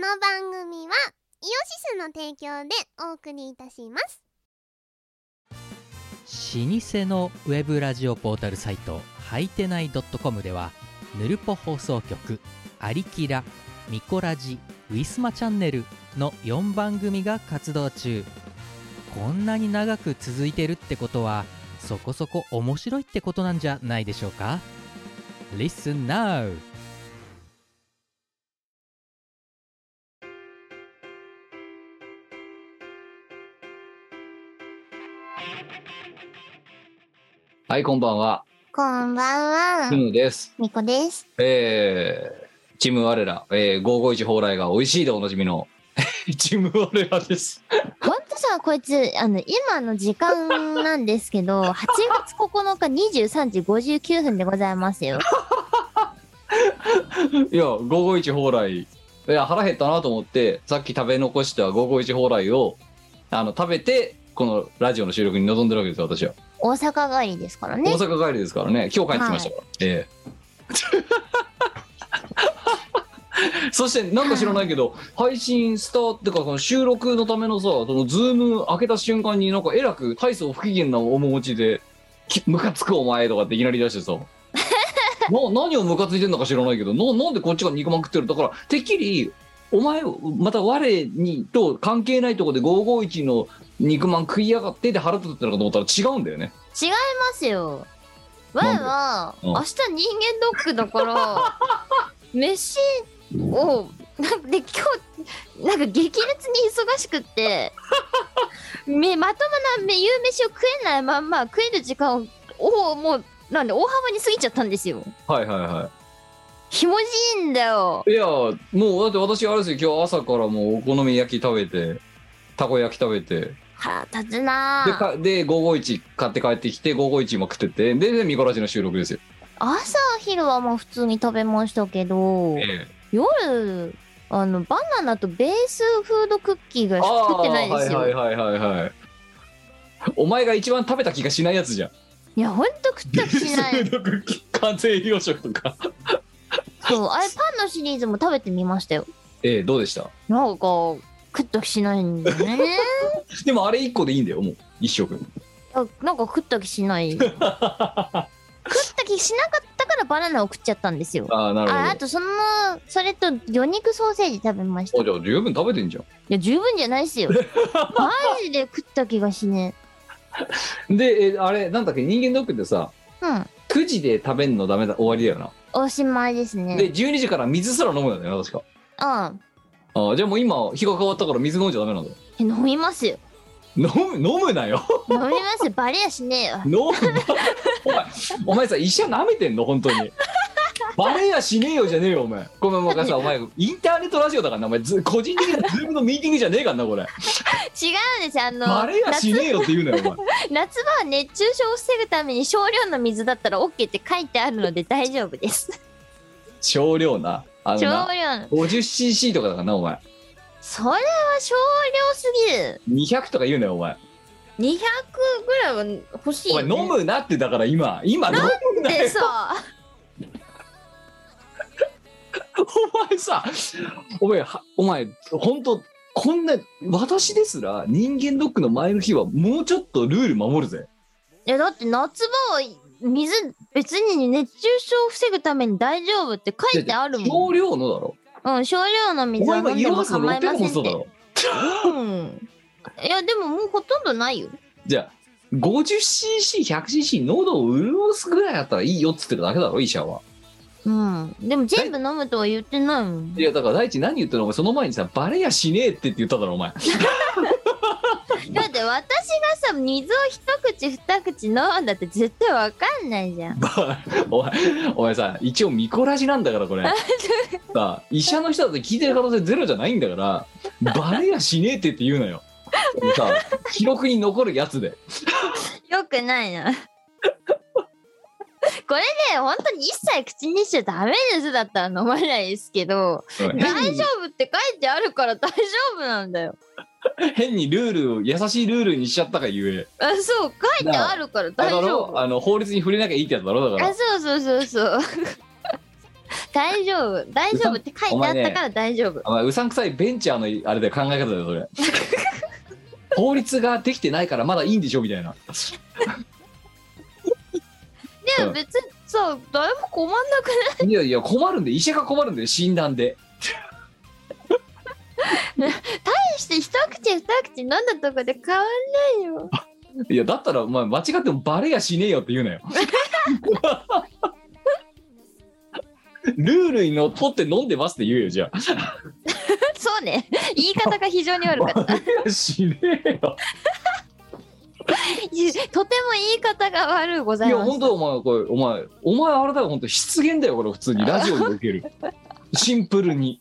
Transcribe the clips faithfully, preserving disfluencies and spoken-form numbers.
の番組はイオシスの提供でお送りいたします。 老舗のウェブラジオポータルサイトはいてない .com ではヌルポ放送局、アリキラ、ミコラジ、ウィスマチャンネルのよんばん組が活動中。こんなに長く続いてるってことはそこそこ面白いってことなんじゃないでしょうか。 Listen now。 はい、こんばんは。 こんばんは。 ムムです。 みこです。 えー、チーム我ら、えー、ごーごーいち蓬莱が美味しいでおなじみのチーム我らです。 ほんとさ、こいつ、あの、今の時間なんですけど、はちがつここのかにじゅうさんじごじゅうきゅうふんでございますよ。 いや、ごーごーいち蓬莱、いや、腹減ったなと思って、さっき食べ残したごーごーいち蓬莱を、あの、食べて、このラジオの収録に臨んでるわけですよ、私は。 大阪帰りですからね。 大阪帰りですからね。今日帰ってきましたから。はい、ええそしてなんか知らないけど、配信スターってかその収録のためのさ、そのズーム開けた瞬間になんかえらく大層不機嫌な面持ちでムカつくお前とかっていきなり出してさな何をムカついてんのか知らないけど、ななんでこっちが肉まん食ってる。だからてっきりお前また我にと関係ないところでごーごーいちの肉まん食いやがってで腹立ってるのかと思ったら違うんだよね。 違いますよ。我は明日人間ドックだから飯をなんで今日なんか激烈に忙しくってめまともな夕飯を食えないまんま食える時間をもうなんで大幅に過ぎちゃったんですよ。 はいはいはい。 ひもじいんだよ。 いやもうだって私あれですよ、今日朝からもうお好み焼き食べてたこ焼き食べて腹立つなでかでごーごーいち買って帰ってきてごーごーいちも食っててででミコラジの収録ですよ。 朝昼はもう普通に食べましたけど、ええ、夜あのバナナとベースフードクッキーが食ってないですよ。 はいはいはいはいはい。お前が一番食べた気がしないやつじゃん。 いやほんと食った気しない。 ベースフードクッキー完成栄養食とかそうあれパンのシリーズも食べてみましたよ。 ええどうでした。 なんか食った気しないんだよねでもあれいっこでいいんだよもう一食。 あなんか食った気しない食った気しなかったからバナナを食っちゃったんですよ。 あなるほど。 あ, あとそのそれと魚肉ソーセージ食べました。 あじゃあ十分食べてんじゃん。いや十分じゃないっすよマジで食った気がしねえでえあれなんだっけ人間ドックってさ、 うん、 くじで食べんのダメだ終わりだよな。 おしまいですね。 でじゅうにじから水すら飲むんだよね確か。 うんあじゃあもう今日が変わったから水飲んじゃダメなんだよ。 え飲みますよ。 飲む飲むなよ飲みますバレやしねえよ。 飲むお前お前さ医者舐めてんの本当にバレやしねえよじゃねえよお前。ごめんお前さお前インターネットラジオだからなお前ず個人的なズームのミーティングじゃねえからなこれ。違うんですよあのバレやしねえよって言うなよお前夏場は熱中症を防ぐために少量の水だったら OK って書いてあるので大丈夫です少量なあのな少量ごじゅっシーシー とかだからなお前。 それは少量すぎる。 にひゃくとか言うなよお前。 にひゃくぐらいは欲しいよ、ね、 お前飲むなってだから今今飲むなよ。 なんでさお前さお前お前本当こんな私ですら人間ドックの前の日はもうちょっとルール守るぜ。 いやだって夏場は水別に熱中症を防ぐために大丈夫って書いてあるもん。 少量のだろ。 うん少量の水は飲んでも構いませんって。うんいやでももうほとんどないよ。 じゃあ ごじゅっシーシーひゃくシーシー 喉を潤すぐらいだったらいいよっつってるだけだろ医者は。 うんでも全部飲むとは言ってないもん。 いやだから大地何言ってるのお前その前にさバレやしねえってって言っただろお前だって私がさ水を一口二口飲んだって絶対わかんないじゃんお前お前さ一応ミコラジなんだからこれさ医者の人だって聞いてる可能性ゼロじゃないんだからバレやしねえってって言うなよさ記録に残るやつでよくないなこれね本当に一切口にしちゃダメですだったら飲まないですけど大丈夫って書いてあるから大丈夫なんだよ。 変にルールを優しいルールにしちゃったがゆえあそう書いてあるから大丈夫。 あの法律に触れなきゃいいってやつだろだから。 あそうそうそうそう大丈夫大丈夫って書いてあったから大丈夫。 お前うさんくさいベンチャーのあれで考え方だよそれ法律ができてないからまだいいんでしょみたいなでも別にさ誰も困んなくない？ いやいや困るんで医者が困るんだよ診断で大して一口二口飲んだとこで変わんないよ。 いやだったらお前間違ってもバレやしねえよって言うなよルールにのっとって飲んでますって言うよじゃあそうね言い方が非常に悪かったバレやしねえよとても言い方が悪いございます。 いや本当お前これお前お前あれだよ本当失言だよこれ普通にラジオにおけるシンプルに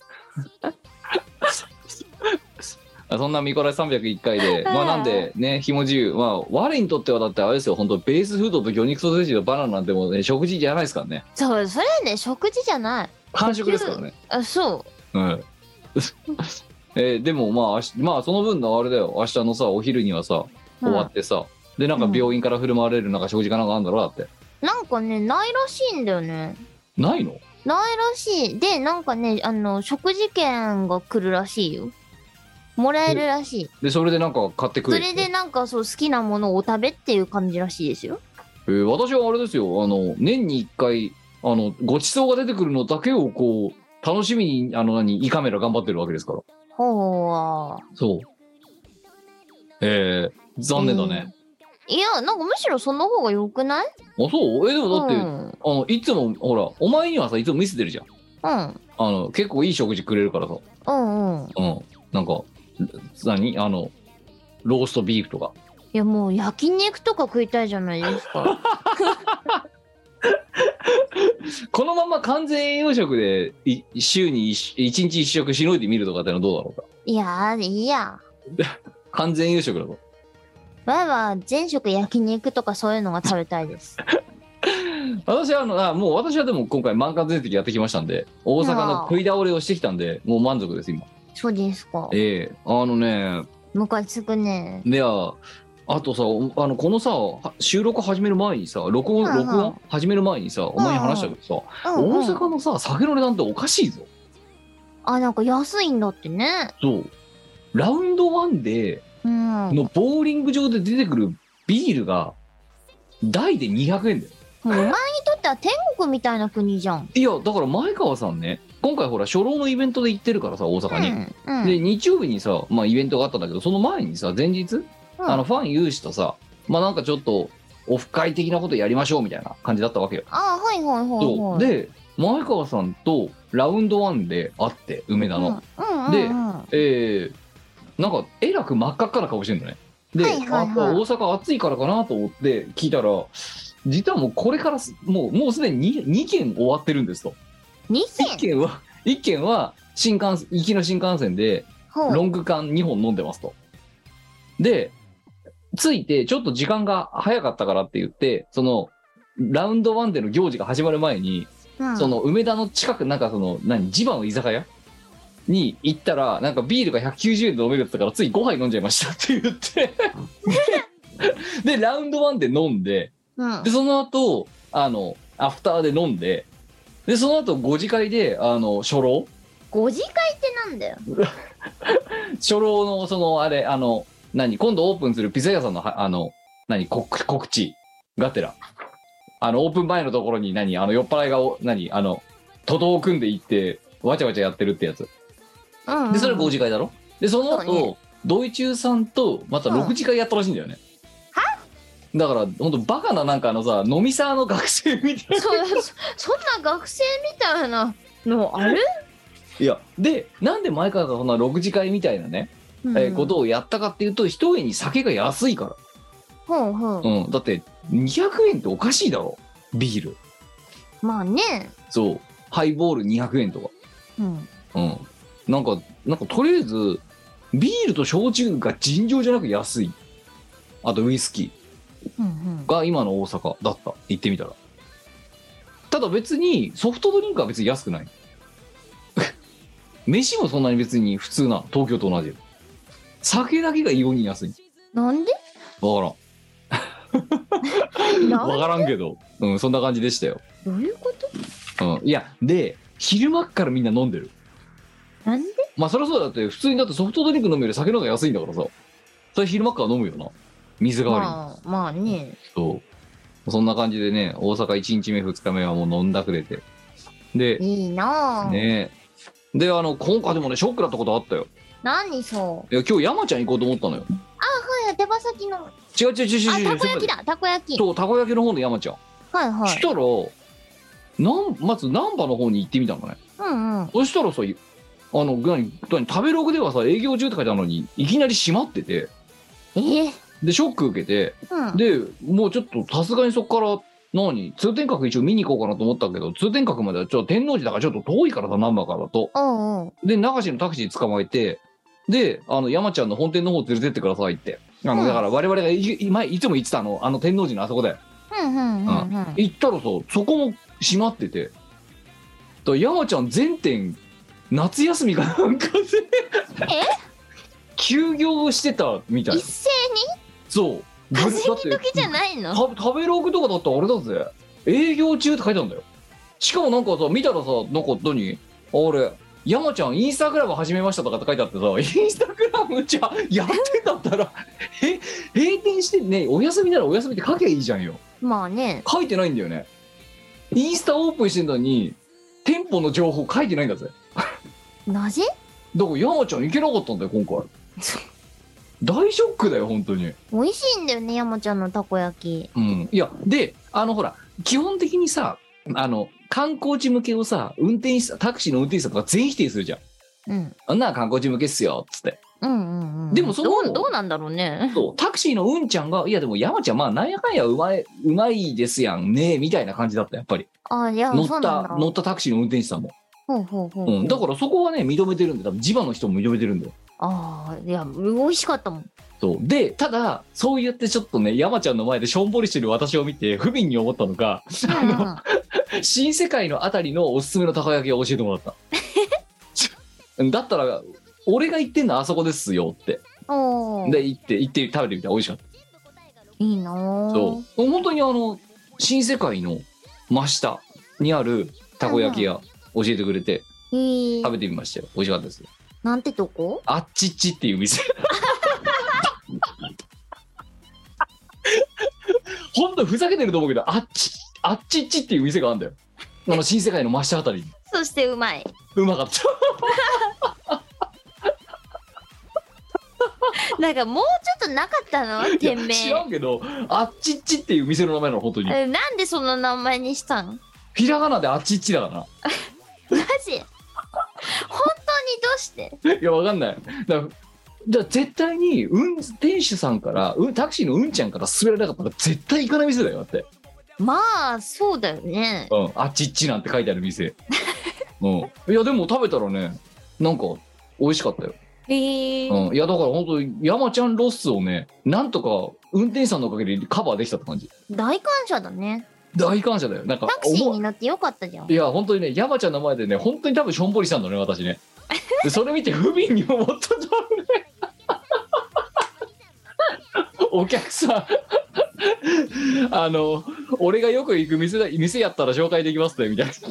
そんなミコラジさんびゃくいっかいで、まあなんでね、ひも自由、まあ我にとってはだってあれですよ、本当ベースフードと魚肉ソーセージとバナナなんてもうね、食事じゃないですからね。 そう、それはね、食事じゃない。 完食ですからね。 あ、そう。 うん。えーでもまあ、まあその分のあれだよ、明日のさ、お昼にはさ、終わってさ、うん、で、なんか病院から振る舞われるなんか食事かなんかあるんだろうだって。 なんかね、ないらしいんだよね。 ないの？ ないらしい。で、なんかね、あの、食事券が来るらしいよ。もらえるらしい。 でそれでなんか買ってくれそれでなんかそう好きなものをお食べっていう感じらしいですよ。 えー、私はあれですよ、あの年にいっかいあのごちそうが出てくるのだけをこう楽しみにあの何胃カメラ頑張ってるわけですから。 ほう。 そう。えー、残念だね。 えー、いやなんかむしろその方が良くない？ あそう？えでもだって、うん、あのいつもほらお前にはさいつも見せてるじゃん。 うん。 あの結構いい食事くれるからさ。 うんうん。 うん。なんか。何あのローストビーフとか。 いやもう焼肉とか食いたいじゃないですかこのまま完全栄養食でい週にいちにちいっ食しのいでみるとかってのはどうだろうか。 いやいいや完全栄養食だとわいは全食焼肉とかそういうのが食べたいです私はあのあもう私はでも今回満館全席やってきましたんで大阪の食い倒れをしてきたんでもう満足です今。 そうですか。 ええー、あのねムカつくね。 いやあとさあのこのさ収録始める前にさ録音、うんうん、録音始める前にさお前に話したけどさ、うんうん、大阪のさ酒の値段っておかしいぞ。 あなんか安いんだってね。 そうラウンドワンでのボーリング場で出てくるビールが大でにひゃくえんだよ。 もうお前にとっては天国みたいな国じゃん。 いやだから前川さんね今回ほら初老のイベントで行ってるからさ大阪に、うんうん、で日曜日にさ、まあ、イベントがあったんだけどその前にさ前日、うん、あのファン有志とさまあなんかちょっとオフ会的なことやりましょうみたいな感じだったわけよ。 あはいはいはいはい。 そうで前川さんとラウンドワンで会って梅田の、うんうん、で、えー、なんかえらく真っ赤っかな顔してんのね。で、はいはいはい、あ大阪暑いからかなと思って聞いたら実はもうこれからもうもうすでに 2, にけん終わってるんですと。 にけんいっけんは一軒は新幹線行きの新幹線でロング缶にほん飲んでますと。で着いてちょっと時間が早かったからって言ってそのラウンドワンでの行事が始まる前に、うん、その梅田の近くなんかその何地場の居酒屋に行ったらなんかビールがひゃくきゅうじゅうえんで飲めるって言ったからついごはい飲んじゃいましたって言ってでラウンドワンで飲んで、うん、でその後あのアフターで飲んででその後ご次会であの初老ご次会ってなんだよ初老のそのあれあの何今度オープンするピザ屋さんのあの何告告知がてらあのオープン前のところに何あの酔っ払いが何あの徒党を組んで行ってわちゃわちゃやってるってやつ、うんうん、でそれご次会だろ。でその後、ね、ドイチューさんとまたろく次会やったらしいんだよね、うん、はだからほんとバカななんかあのさ飲みサーの学生みたいな そ, そんな学生みたいなのある？ いやでなんで前川がそんなろく次会みたいなね、うんえー、ことをやったかっていうと一重に酒が安いから、 ほうほう、 うん、だってにひゃくえんっておかしいだろビール。 まあねそうハイボールにひゃくえんとか、 うんうん、なんかなんかとりあえずビールと焼酎が尋常じゃなく安い。あとウイスキーが今の大阪だった行ってみたら。ただ別にソフトドリンクは別に安くない飯もそんなに別に普通な東京と同じ。酒だけが異様に安い。 なんで？ わからんわからんけど、うん、そんな感じでしたよ。 どういうこと？ うん、いやで昼間っからみんな飲んでる。 なんで？ まあそりゃそうだって、普通にだってソフトドリンク飲むより酒の方が安いんだからさ、それ昼間っから飲むよな、水代わりに。 まあまあね。 そうそんな感じでね、大阪いちにちめふつかめはもう飲んだくれて、でいいなぁ。 ねえ、であの今回でもねショックだったことあったよ。 何そう。 いや今日山ちゃん行こうと思ったのよ。 あ、はい、手羽先の。 違う違う違う違う違う。 あ、たこ焼きだ、たこ焼き。 そう、たこ焼きの方の山ちゃん。 はいはい。 したらなんまず難波の方に行ってみたのね。 うんうん。 そしたらさ、あの何何食べログではさ営業中って書いてあるのにいきなり閉まってて、 えー、 でショック受けて、 うん。 でもうちょっとさすがにそこから何通天閣一応見に行こうかなと思ったけど、通天閣まではちょっと天王寺だからちょっと遠いからさ、難波からだと。 おうおう。 で流しのタクシー捕まえて、であの山ちゃんの本店の方連れてってくださいって。あの、 うんだから我々がいい前いつも言ってたあのあの天王寺のあそこで、 うんうんうんうん。 行ったらさそこも閉まってて、だから山ちゃん全店夏休みかなんかでえ休業してたみたい。 一斉そう稼ぎ時じゃないの？ た食べログとかだったらあれだぜ、営業中って書いてあるんだよ。しかもなんかさ見たらさ、なんか何あれ山ちゃんインスタグラム始めましたとかって書いてあってさ、インスタグラムじゃやってんだったらえ閉店してね、お休みならお休みって書きゃいいじゃんよ。 まあね。 書いてないんだよね。インスタオープンしてんのに店舗の情報書いてないんだぜ。 なぜ？ だから山ちゃん行けなかったんだよ今回。大ショックだよ本当に。 美味しいんだよね、山ちゃんのたこ焼き。 うん、いやであのほら基本的にさ、あの観光地向けをさ運転手さんタクシーの運転手さんとか全否定するじゃん。 うん。 あんな観光地向けっすよっつって。 うんうんうん。 でもそのどうどうなんだろうね。 そうタクシーのうんちゃんがいやでも山ちゃんまあなんやかんやうまいうまいですやんねみたいな感じだったやっぱり。 あ、いや、 乗っそうなんだ。 た乗ったタクシーの運転手さんも。 ほうほうほうほう。 うん、だからそこはね認めてるんで、多分地場の人も認めてるんだよ。 ああ、いや、美味しかったもん。 そうでただそう言ってちょっとね山ちゃんの前でしょんぼりしてる私を見て不憫に思ったのが、 うんうん、 あの新世界のあたりのおすすめのたこ焼きを教えてもらっただったら俺が言ってんのあそこですよっておー、 で行って行って食べてみたら美味しかった。 いいなー。 そう本当にあの新世界の真下にあるたこ焼き屋教えてくれてえー、 食べてみましたよ。美味しかったですよ。 なんてとこ？ あっちっちっていう店ほんとふざけてると思うけど、あっちあっちっちっていう店があるんだよ、あの新世界の真下あたりに。 そしてうまい。 うまかったなんかもうちょっとなかったの店名。 知らんけどあっちっちっていう店の名前なの本当に。 え、なんでその名前にしたん？ ひらがなであっちっちだからなマジ？本当にどうして？ いやわかんない。だからじゃあ絶対に運転手さんから、うん、タクシーのうんちゃんから勧められなかったら絶対行かない店だよだって。 まあそうだよね。 うん、あっちっちなんて書いてある店うん、いやでも食べたらねなんか美味しかったよ。 へえー、 うん、いやだから本当に山ちゃんロスをねなんとか運転手さんのおかげでカバーできたって感じ。 大感謝だね。 大感謝だよ。なんかタクシー思うに乗ってよかったじゃん。 いや本当にね山ちゃんの前でね本当に多分しょんぼりしたんだね私ねでそれ見て不憫に思ったんだろうねお客さんあの俺がよく行く店だ店やったら紹介できますねみたいな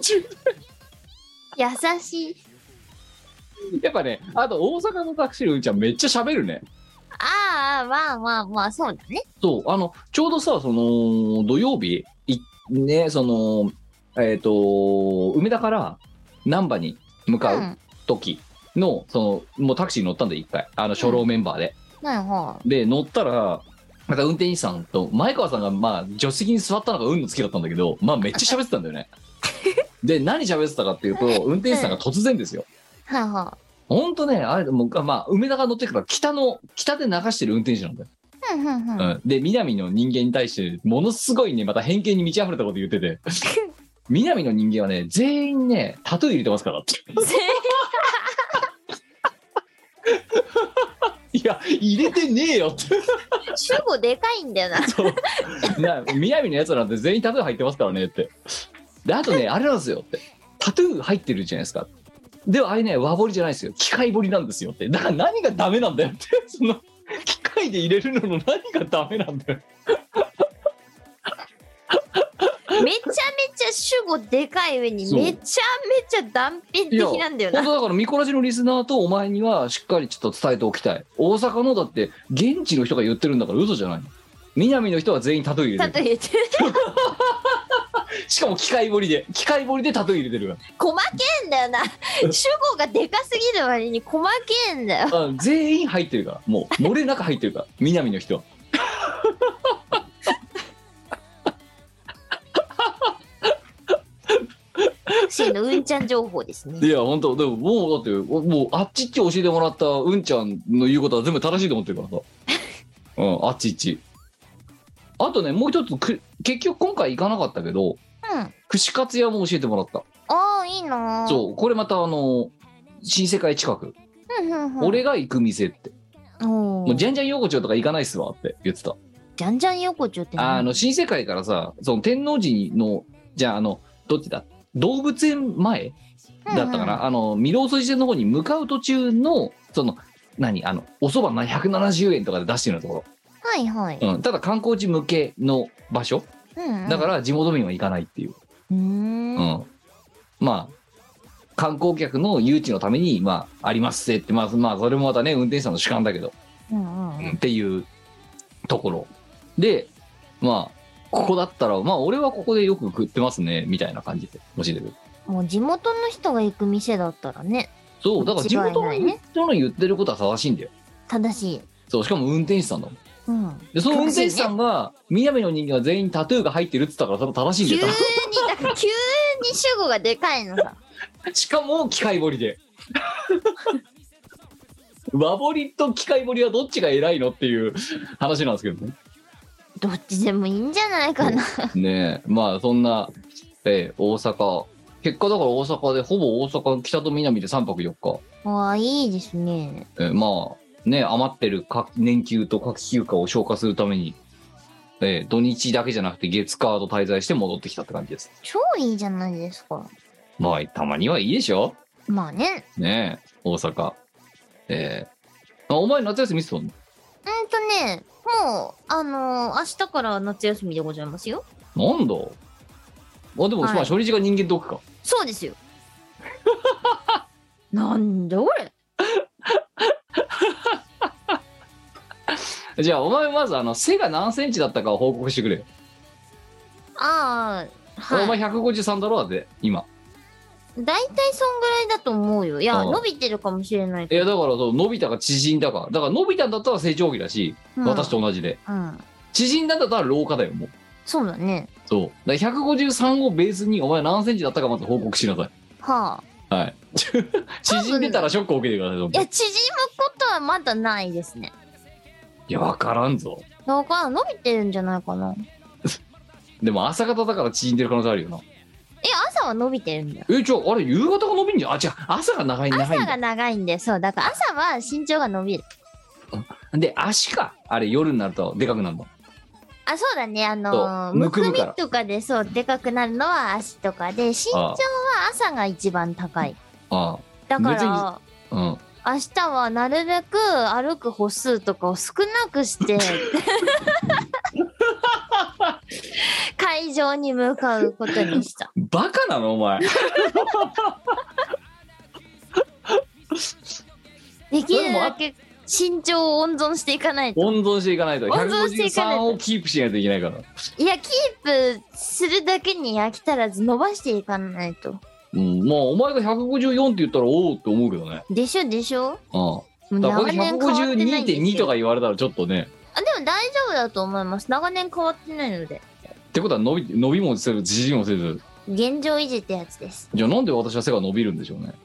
優しい。 やっぱねあと大阪のタクシーのうんちゃんめっちゃ喋るね。 ああ、まあまあまあ、そうだね。 そうあのちょうどさその土曜日いねそのえっ、と梅田から難波に向かう時の、うん、そのもうタクシーに乗ったんで一回あの初老メンバーで、 うん、はいはい。 で乗ったらまた運転手さんと前川さんがまあ助手席に座ったのが運のつきだったんだけどまあめっちゃ喋ってたんだよねで何喋ってたかっていうと運転手さんが突然ですよ、 はいはい。 ほんとねあれもうまあ梅田が乗ってから北の北で流してる運転手なんだよ。 うんうんうんうん、で南の人間に対してものすごいねまた偏見に満ち溢れたこと言ってて南の人間はね全員ねタトゥー入れてますからっていや入れてねえよって主語でかいんだよな。 そうな南のやつなんて全員タトゥー入ってますからねってであとねあれなんですよってタトゥー入ってるじゃないですか。でもあれね和彫りじゃないですよ機械彫りなんですよってだから何がダメなんだよってその機械で入れるのの何がダメなんだよめちゃめちゃ主語でかい上にそうめちゃめちゃ断片的なんだよな。 本当だからミコラジのリスナーとお前にはしっかりちょっと伝えておきたい。大阪のだって現地の人が言ってるんだから嘘じゃない。南の人は全員タトゥー入れてる。 例えてしかも機械彫りで機械彫りでタトゥー入れてる。 細けんだよな。主語がでかすぎる割に細けんだよ。 あ全員入ってるから、もう漏れなく入ってるから南の人は。 シーのうんちゃん情報ですね。 いや本当でももうだってもうあっちっち教えてもらったうんちゃんの言うことは全部正しいと思ってるからさ。うんあっちっち。あとねもう一つく結局今回行かなかったけど、 うん。 串カツ屋も教えてもらった。 ああいいな。 そうこれまたあの新世界近く、 うんうんうん。 俺が行く店って、 おもうじゃんじゃん横丁とか行かないっすわって言ってた。 じゃんじゃん横丁って何あの新世界からさその天王寺のじゃああのどっちだ動物園前だったかな、 うんうんあの御堂筋線の方に向かう途中のその何あのお蕎麦ひゃくななじゅうえんとかで出してるとこはいはい。 ろ、うん、ただ観光地向けの場所うんうん、 だから地元民は行かないっていう、 うーうんんまあ観光客の誘致のためにまあありますってまあまあそれもまたね運転手さんの主観だけど、 うんうんうんっていうところでまあここだったらまあ俺はここでよく食ってますねみたいな感じで教えてくる。 もう地元の人が行く店だったらね、 そうだから地元の間違いないね人の言ってることは正しいんだよ。 正しい。 そうしかも運転手さんだもん。 うん。 でその運転手さんが南の人間は全員タトゥーが入ってるっつったからそれ正しいん急にだよ。 だから急に主語がでかいのさ。 しかも機械彫りで。和彫りと機械彫りはどっちが偉いのっていう話なんですけどね。 どっちでもいいんじゃないかな。 ねえまあそんな、えー大阪結果だから大阪でほぼ大阪北と南でさんぱくよっか、 わあいいですね。 えーまあね余ってるか年休と夏季休暇を消化するために、えー土日だけじゃなくて月火と滞在して戻ってきたって感じです。 超いいじゃないですか。 まあたまにはいいでしょまあね。 ねえ大阪えー、あお前夏休みいつとんの？ うんとね、もうあのー、明日から夏休みでございますよ。 なんだあでも、 はいまあ初日が人間ドックか。 そうですよ。なんだこれ。 じゃあお前まずあの背が何センチだったかを報告してくれよ、 ああ、はい。 お前ひゃくごじゅうさんだろだって今。 大体そんぐらいだと思うよ。いや、 ああ伸びてるかもしれないいやけど。 だからそう伸びたか縮んだかだから伸びたんだったら成長期だし、 うん私と同じでうん。 縮んだんだったら老化だよもう。 そうだね。 そうだからひゃくごじゅうさんをベースにお前何センチだったかまず報告しなさい。 はあ。 はい縮んでたらショックを受けてください。 いや、縮むことはまだないですね。 いや分からんぞ。 だから伸びてるんじゃないかな。 でも朝方だから縮んでる可能性あるよな。 え、朝は伸びてるんだよ。 えじゃああれ夕方が伸びんじゃん。あ違う朝が長い長いんだ朝が長いんで、そう。だから朝は身長が伸びる。 で足かあれ夜になるとでかくなるの。 あ、そうだね。あのそー、 うむくみむくむからとかでそう、でかくなるのは足とかで、身長は朝が一番高い。 あだか別にら、 あうん明日はなるべく歩く歩数とかを少なくして会場に向かうことにした。 バカなのお前。 できるだけ身長を温存していかないと。 温存していかないと温存していかないとひゃくごじゅうさんをキープしないといけないから。 いや、キープするだけに飽き足らず伸ばしていかないと。 うん、まあお前がひゃくごじゅうよんって言ったらおおって思うけどね。 でしょでしょ。 うん。 もうだからこれ長年変わってないんですひゃくごじゅうにてんにとよ。 か言われたらちょっとね。 あ、でも大丈夫だと思います。長年変わってないので。 ってことは伸び伸びもせず縮みもせず、 現状維持ってやつです。 じゃあなんで私は背が伸びるんでしょうね。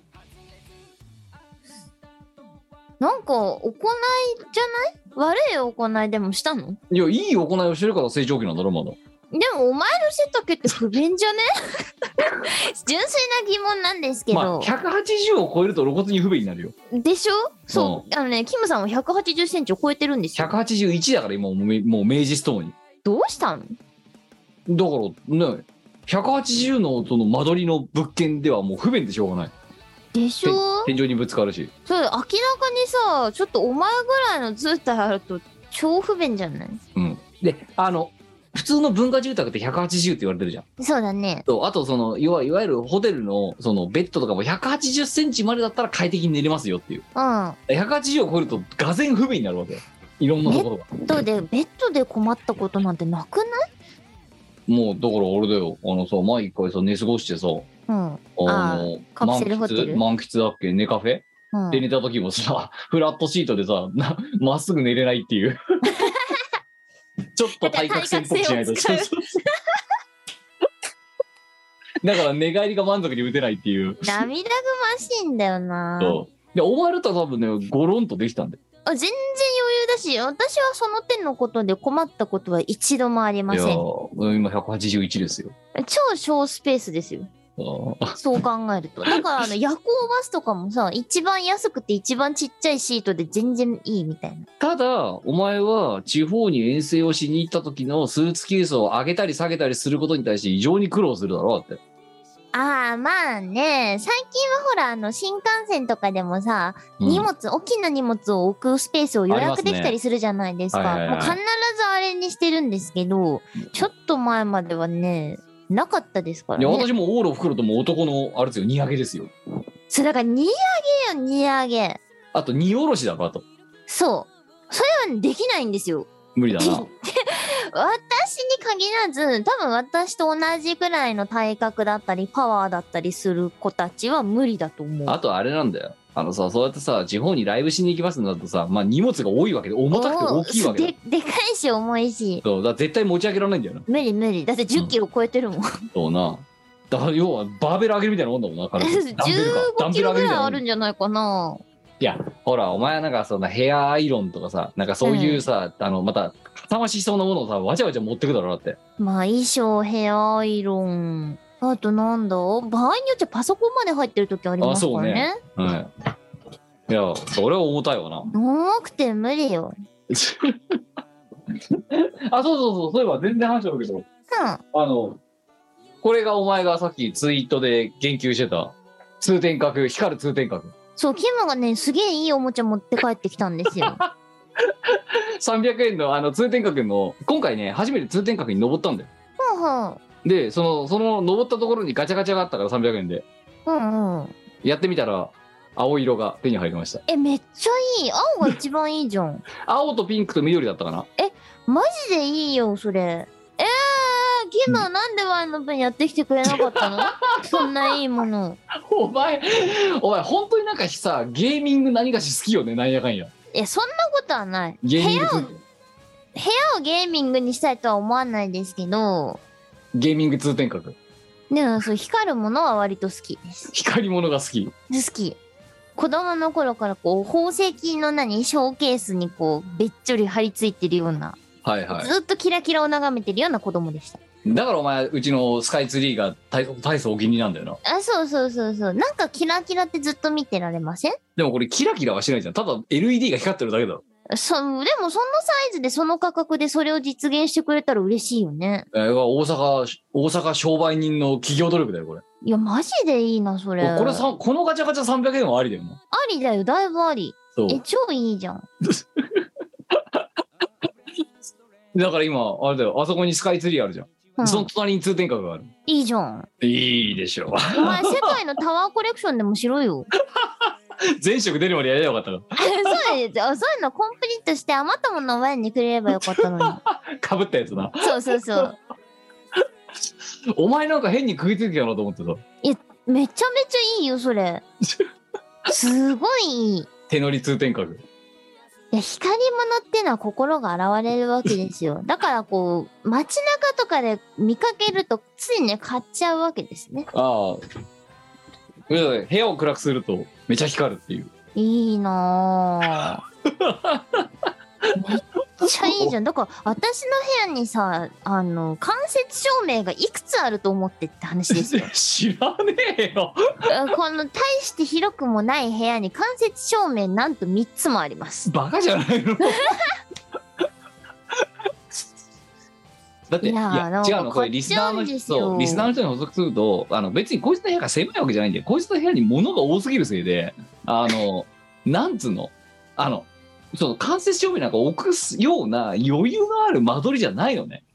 なんか行いじゃない？悪い行いでもしたの？ いやいい行いをしてるから成長期なんだろまだ。 でもお前の背丈って不便じゃね？純粋な疑問なんですけど、 まあひゃくはちじゅうを超えると露骨に不便になるよ。 でしょ？そう、あのね、キムさんはひゃくはちじゅっセンチを超えてるんですよ。 ひゃくはちじゅういちだから今もうめもう明治ストーンに。 どうしたの？ だからねひゃくはちじゅうのその間取りの物件ではもう不便でしょうがない。 でしょ？ 天井にぶつかるし。 そう、明らかにさ、ちょっとお前ぐらいの図体あると超不便じゃない？ うん。であの普通の文化住宅ってひゃくはちじゅうって言われてるじゃん。 そうだね。 とあとそのいわいわゆるホテルのそのベッドとかもひゃくはちじゅっセンチまでだったら快適に寝れますよっていう。 うん。 ひゃくはちじゅうを超えるとがぜん不便になるわけよ。いろんなところが。 ベッドでベッドで困ったことなんてなくない？ もうだから俺だよ。あのさ前一回さ寝過ごしてさ、 うん。 あのカプセルホテル満喫満喫だっけ寝カフェ、 うん、 で寝た時もさフラットシートでさなまっすぐ寝れないっていう。ちょっと対角線っぽくしないと。だから寝返りが満足に打てないっていう。 涙ぐましいんだよな。 そうでお前だったら多分ねゴロンとできたんで。 あ、全然余裕だし、私はその点のことで困ったことは一度もありません。いや今ひゃくはちじゅういちですよ。 超小スペースですよ。そう考えると。だからあの夜行バスとかもさ、一番安くて一番ちっちゃいシートで全然いいみたいな。 ただお前は地方に遠征をしに行った時のスーツケースを上げたり下げたりすることに対して異常に苦労するだろうって。 ああ、まあね、最近はほらあの新幹線とかでもさ、うん、荷物大きな荷物を置くスペースを予約できたりするじゃないですか。もう必ずあれにしてるんですけど、ちょっと前まではねなかったですからね。 いや私もオーロ袋とも男のあれですよ、荷上げですよ。 そうだから荷上げよ、荷上げ。 あと荷下ろしだからと。 そうそれはできないんですよ。 無理だな。 私に限らず多分私と同じくらいの体格だったりパワーだったりする子たちは無理だと思う。 あとあれなんだよ、あのさ、そうやってさ地方にライブしに行きますんだとさ、まあ荷物が多いわけで重たくて大きいわけだ。 で, でかいし重いし、 そうだ絶対持ち上げられないんだよな。 無理無理、だってじゅっキロ超えてるもん、うん、 そうな。だから要はバーベル上げるみたいなもんだもんな。じゅうごキロぐらいあるんじゃないかな。 いやほらお前はなんかそんなヘアアイロンとかさ、なんかそういうさ、うん、あのまたかましそうなものをさわちゃわちゃ持ってくだろうだって。まあ衣装、ヘアアイロン、あとなんだ、場合によっちゃパソコンまで入ってる時ありますからね。 あそうね、はい、いやそれは重たいわな。 重くて無理よ。 あそうそうそう、そういえば全然話したけど、うん、あのこれがお前がさっきツイートで言及してた通天閣、光る通天閣。そう、 キムがねすげえいいおもちゃ持って帰ってきたんですよ。 さんびゃくえんのあの通天閣の今回ね初めて通天閣に登ったんだよ。 はあはあ、 でそのその登ったところにガチャガチャがあったからさんびゃくえんで、 うんうん、 やってみたら青色が手に入りました。 えめっちゃいい。青が一番いいじゃん。 青とピンクと緑だったかな。 えマジでいいよそれ。えー、キムはなんでワイの分やってきてくれなかったの？そんないいもの。 お前お前本当になんかさゲーミング何かし好きよね、なんやかんや。 いやそんなことはない。部屋を部屋をゲーミングにしたいとは思わないですけど、 ゲーミング通天閣でもそう光るものは割と好きです。 光り物が好き。 好き。子供の頃からこう宝石の何ショーケースにこうべっちょり張り付いてるような、 はいはい、 ずっとキラキラを眺めてるような子供でした。 だからお前うちのスカイツリーが大大層お気に入りなんだよな。 あそうそうそうそう、なんかキラキラってずっと見てられません？ でもこれキラキラはしないじゃん、ただ エルイーディー が光ってるだけだろ。 そでもそのサイズでその価格でそれを実現してくれたら嬉しいよね。 えー、大阪大阪商売人の企業努力だよこれ。 いやマジでいいなそれ。 これさこのガチャガチャさんびゃくえんはありだよな。 ありだよ、だいぶあり。え超いいじゃん。 だから今あれだよ、あそこにスカイツリーあるじゃん、うん、その隣に通天閣がある。 いいじゃん。 いいでしょ。 お前世界のタワーコレクションでもしろよ。 全色出るまでやればよかったから。 そうですよ、そういうのコンプリートして余ったものをワインにくれればよかったのに。 かぶったやつな。 そうそうそう。 お前なんか変に食いついてたなと思ってた。 いやめちゃめちゃいいよそれ。すごいいい。 手乗り通天閣。 いや光り物っていうのは心が現れるわけですよ。だからこう街中とかで見かけるとついね買っちゃうわけですね。 ああ。部屋を暗くするとめちゃ光るっていう。 いいなぁ。めっちゃいいじゃん。だから私の部屋にさ、あの間接照明がいくつあると思ってって話ですよ。 知らねえよ。 この大して広くもない部屋に間接照明なんとみっつもあります。 バカじゃないの。だっていや違うの、これリスナーの人リスナーの人に補足すると、あの別にこいつの部屋が狭いわけじゃないんで、こいつの部屋に物が多すぎるせいで、あのなんつうの、あのその間接照明なんか置くような余裕のある間取りじゃないのね。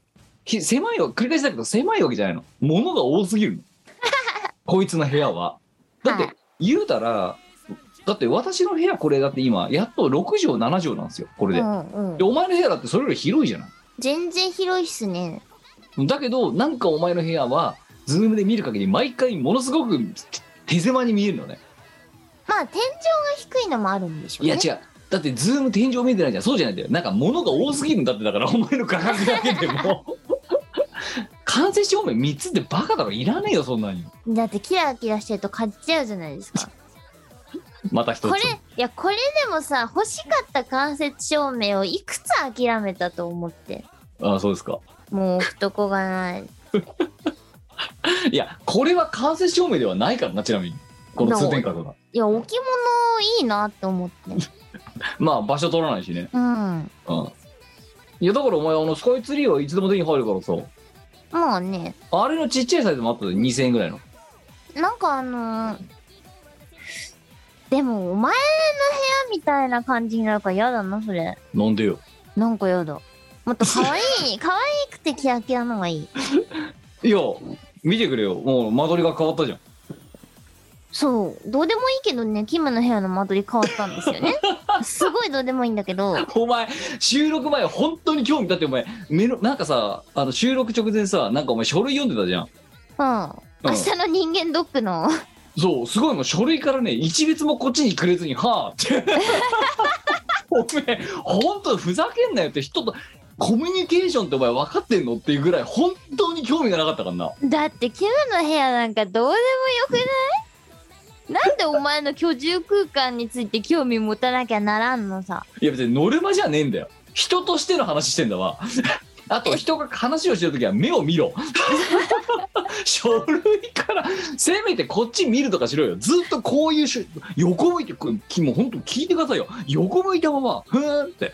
ひ狭いよ、繰り返しだけど狭いわけじゃないの。物が多すぎるの。こいつの部屋は。だって、 はい言うたら、だって私の部屋これだって今、やっとろく畳なな畳なんですよ、これで。 うんうんで、お前の部屋だってそれより広いじゃない。 全然広いっすね。 だけど、なんかお前の部屋は、ズームで見る限り毎回ものすごく手狭に見えるのね。 まあ天井が低いのもあるんでしょうね。 いや違う。だってズーム天井見てないじゃん。そうじゃないんだよ。なんか物が多すぎるんだって。だからお前の画角だけでも間接照明みっつってバカだろ。いらねえよそんなに。 だってキラキラしてると買っちゃうじゃないですか。 また一つ。 これいやこれでもさ、欲しかった間接照明をいくつ諦めたと思って。 ああ、そうですか。 もう置くとこがない。 いや、これは間接照明ではないからな、ちなみに。この通天閣が。 いや置物いいなって思って。 まあ場所取らないしね。 うん。 うん。いやだからお前あのスカイツリーはいつでも手に入るからさ。 まあね。 あれのちっちゃいサイズもあったでにせんえんぐらいの。 なんかあのー、でもお前の部屋みたいな感じになるから嫌だなそれ。 なんでよ。 なんか嫌だ。もっと可愛い可愛くてキラキラのがいい。 いや見てくれよ。もう間取りが変わったじゃん。 そうどうでもいいけどね、キムの部屋の間取り変わったんですよね。すごいどうでもいいんだけど。 お前収録前本当に興味だってお前目のなんかさあの収録直前さなんかお前書類読んでたじゃん。 うん明日の人間ドックのそうすごいもう書類からね一別もこっちにくれずにはあってお前本当ふざけんなよって人とコミュニケーションってお前分かってんのっていうぐらい本当に興味がなかったからな。 だってキムの部屋なんかどうでもよくない？なんでお前の居住空間について興味持たなきゃならんのさ。 いや別にノルマじゃねえんだよ。人としての話してんだわ。あと人が話をしてるときは目を見ろ。書類からせめてこっち見るとかしろよ。ずっとこういうし横向いてくもう本当聞いてくださいよ。横向いたままふーんって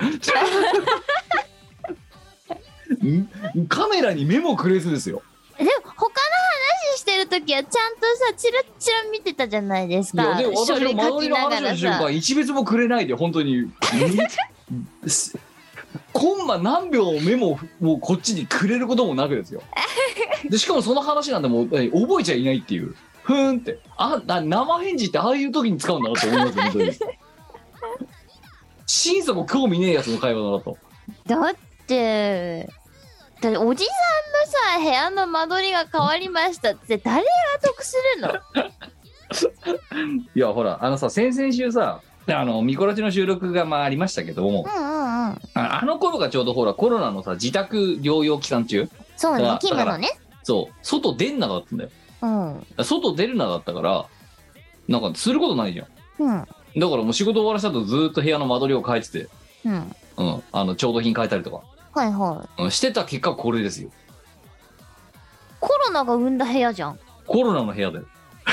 んカメラに目もくれずですよ。 でも他の話してるときはちゃんとさチラッチラ見てたじゃないですいやか。 でも私の周りの話の瞬間一別もくれないで本当にコンマ何秒メモをもうこっちにくれることもなくですよ。でしかもその話なんてもう覚えちゃいないっていうふーんってあな生返事ってああいう時に使うんだなと思います本当に。心底興味ねえやつの会話だなと。 だってだっておじさんのさ部屋の間取りが変わりましたって誰が得するの？ いやほらあのさ先々週さあのミコラジの収録がまあありましたけども、 うんうんうん。 ああの頃がちょうどほらコロナのさ自宅療養期間中。 そうねだキムのね。 そう外出んなかったんだよ。 うん外出るなかったからなんかすることないじゃん。 うんだからもう仕事終わらせたとずーっと部屋の間取りを変えてて、 うんうん、あの調度品変えたりとか、 はいはい。 うん、してた結果これですよ。 コロナが生んだ部屋じゃん。 コロナの部屋だよ。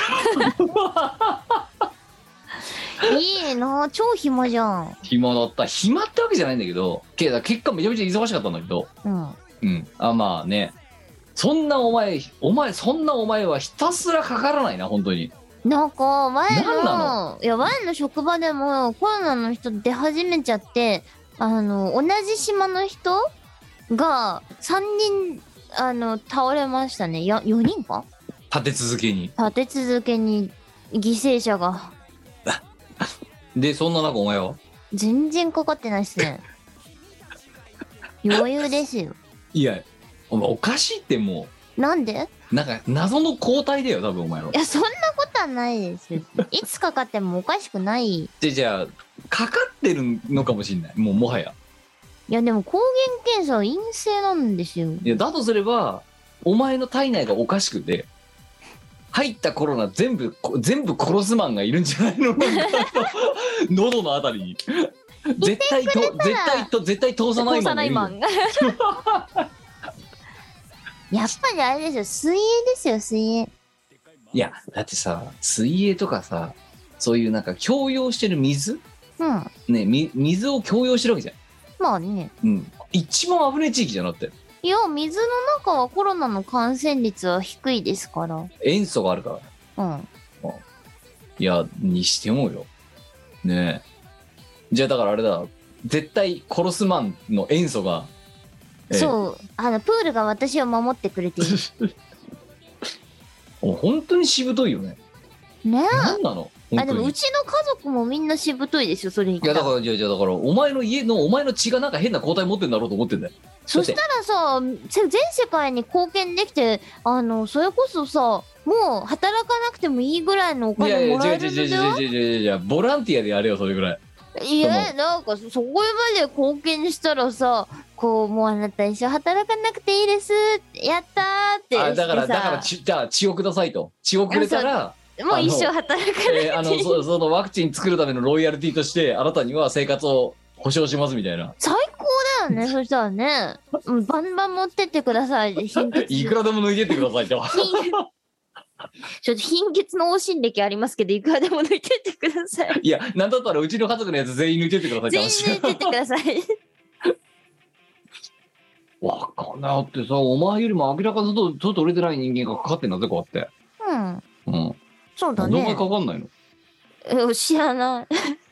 いいな超暇じゃん。 暇だった。暇ってわけじゃないんだけどけど結果めちゃめちゃ忙しかったんだけど、 うんうんあまあねそんなお前お前そんなお前はひたすらかからないな本当に。 なんか前なんなのいや前の職場でもコロナの人出始めちゃってあの同じ島の人がさんにんあの倒れましたね。やよにんか立て続けに。 立て続けに犠牲者が。 でそんな中お前は全然かかってないっすね。余裕ですよ。 いやお前おかしいってもなんで？ うなんか謎の抗体だよ多分お前は。 いやそんなことはないですよ。いつかかってもおかしくない。 でじゃあかかってるのかもしんないもうもはや。 いやでも抗原検査は陰性なんですよ。 いやだとすればお前の体内がおかしくて入ったコロナ全部全部殺すマンがいるんじゃないの？喉のあたりに絶対と絶対と絶対通さないマンがいるんだよ。 やっぱりあれですよ水泳ですよ水泳。 いやだってさ水泳とかさそういうなんか共用してる水うんねみ水を共用してるわけじゃん。 まあね。 うん一番危ない地域じゃなくていや水の中はコロナの感染率は低いですから。 塩素があるからうんいやにしてもよねえじゃあだからあれだ絶対殺すマンの塩素がええそうあのプールが私を守ってくれているもう本当にしぶといよね。 ね何なのえ。あでも本当に。 うちの家族もみんなしぶといですよそれ言っいやだたら。 からじゃあじゃあだからお前の家のお前の血がなんか変な抗体持ってんだろうと思ってんだよ。 そしたらさせ全世界に貢献できてあのそれこそさもう働かなくてもいいぐらいのおいやいや金もらえ違う違う違うるんだよ。 違う違う違う違うボランティアでやれよそれぐらい。 いやなんかそこまで貢献したらさこうもうあなた一生働かなくていいですやったーってあだからしてさだからちじゃあ血をくださいと。血をくれたらもう一生働かなくていい、 えーあのそそのワクチン作るためのロイヤルティとしてあなたには生活を保障しますみたいな。 最高だよねそしたらね、うん、バンバン持ってってください貧血いくらでも抜いてってくださいと。 貧ちょっと貧血の往診歴ありますけどいくらでも抜いてってくださいいやなんだったらうちの家族のやつ全員抜いてってくださいって全員話。 抜いてってくださいわかんないってさお前よりも明らかに外外売れてない人間がかかってんだぜこうやって。 うんうん。 そうだなんでお前ねかかんないの？ え知らない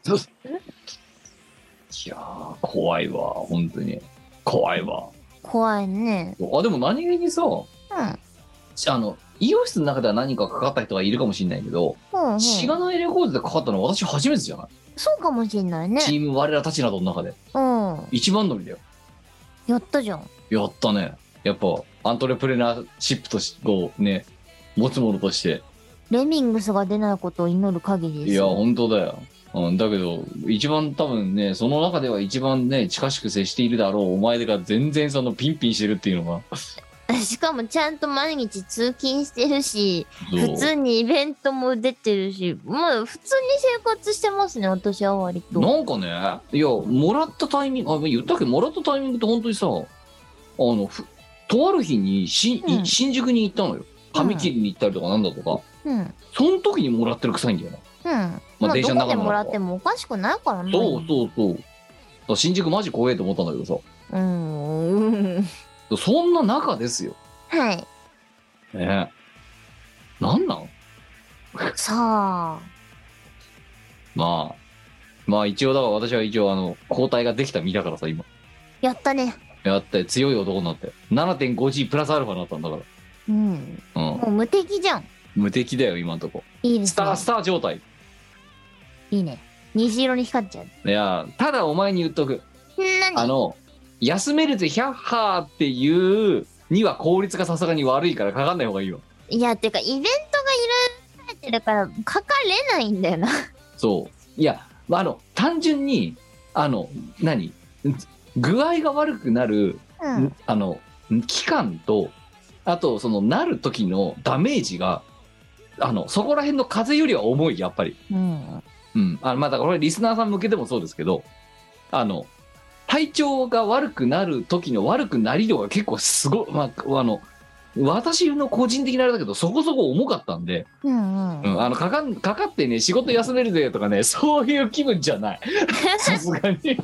いやー怖いわ本当に怖いわ。 怖いねあでも何気にさうんあの医療室の中では何かかかった人がいるかもしれないけど、 うんうんしがないレコードでかかったのは私初めてじゃない？ そうかもしんないねチーム我らたちなどの中でうん一番乗りだよ。 やったじゃんやったね。やっぱアントレプレナーシップとしてこうね持つものとしてレミングスが出ないことを祈る限りですいやよ本当だよ。うん、だけど一番多分ねその中では一番ね近しく接しているだろうお前が全然そのピンピンしてるっていうのがしかもちゃんと毎日通勤してるしそう普通にイベントも出てるしまあ普通に生活してますね私は割となんかねいやもらったタイミングあ言ったっけもらったタイミングって本当にさあのふとある日にし、 うん新宿に行ったのよ髪切りに行ったりとかなんだとか、 うんうんその時にもらってる臭いんだよな。 まあ電車の中なのどこでもらってもおかしくないからねそうそうそうだから新宿マジ怖えと思ったんだけどさうんうんそんな中ですよはいねえなんなんさあまあまあ一応だから私は一応あの抗体ができた身だからさ今やったねやって強い男になって ななてんごジー プラスアルファになったんだかうんら、うん、 もう無敵じゃん無敵だよ今んとこいいですねスタースター状態。 いいね虹色に光っちゃういやただお前に言っとく何あの休めるぜヒャッハーっていうには効率がさすがに悪いからかかんない方がいいよ。 いやてかイベントがいろいろ書いてるからかかれないんだよなそういやあの単純にあの何具合が悪くなる、 うんあの期間とあとそのなる時のダメージがあのそこら辺の風邪よりは重いやっぱり。 うんうんあのまあだからこれリスナーさん向けでもそうですけどあの体調が悪くなる時の悪くなり度が結構すごい、まあ、あの私の個人的なあれだけどそこそこ重かったんで、 うんうんうん、あのかかんかかってね仕事休めるぜとかねそういう気分じゃないさすがに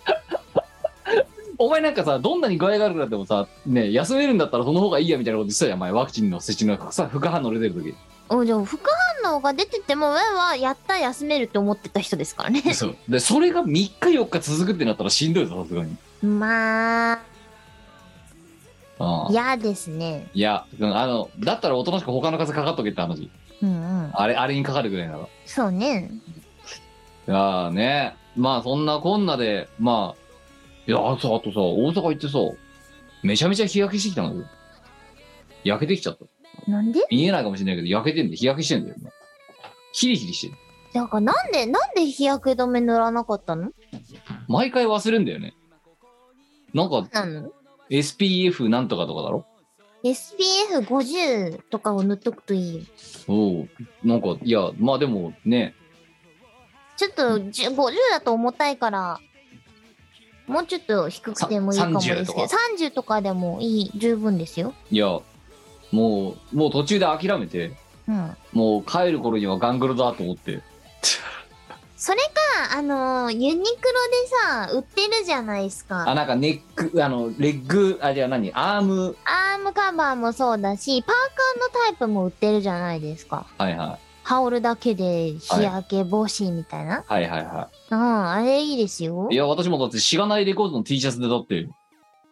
お前なんかさどんなに具合が悪くなってもさね休めるんだったらその方がいいやみたいなこと言ってたじゃん前ワクチンの接種のさ副反応出てる時おじゃあ副反応が出てても俺はやった休めるって思ってた人ですからねそうでそれがみっかよっか続くってなったらしんどいぞさすがに。 まあああ嫌ですねいやあのだったらおとなしく他の風かかっとけって話うんうんあれあれにかかるぐらいなら。 そうねいやーねまあそんなこんなでまあいやあとあとさ大阪行ってさめちゃめちゃ日焼けしてきたのよ。焼けてきちゃった。 なんで見えないかもしれないけど焼けてんで日焼けしてんだよね。ヒリヒリしてる。 だからなんでなんで日焼け止め塗らなかったの毎回忘れんだよね。なんかなのエスピーエフ なんとかとかだろ。 エスピーエフごじゅう とかを塗っとくといいよおうなんかいやまあでもねちょっとじゅうごじゅうだと重たいからもうちょっと低くてもいいかもですけどさんじゅうとかさんじゅうとかでもいい十分ですよいやもうもう途中で諦めてうんもう帰る頃にはガングロだと思ってそれかあのーユニクロでさ売ってるじゃないですかあなんかネックあのレッグあじゃあ何アームアームカバーもそうだしパーカーのタイプも売ってるじゃないですかはいはい羽織るだけで日焼け防止みたいな、 はいはいはうんあれいいですよい。いや私もだってしがないレコードの T シャツでだってあ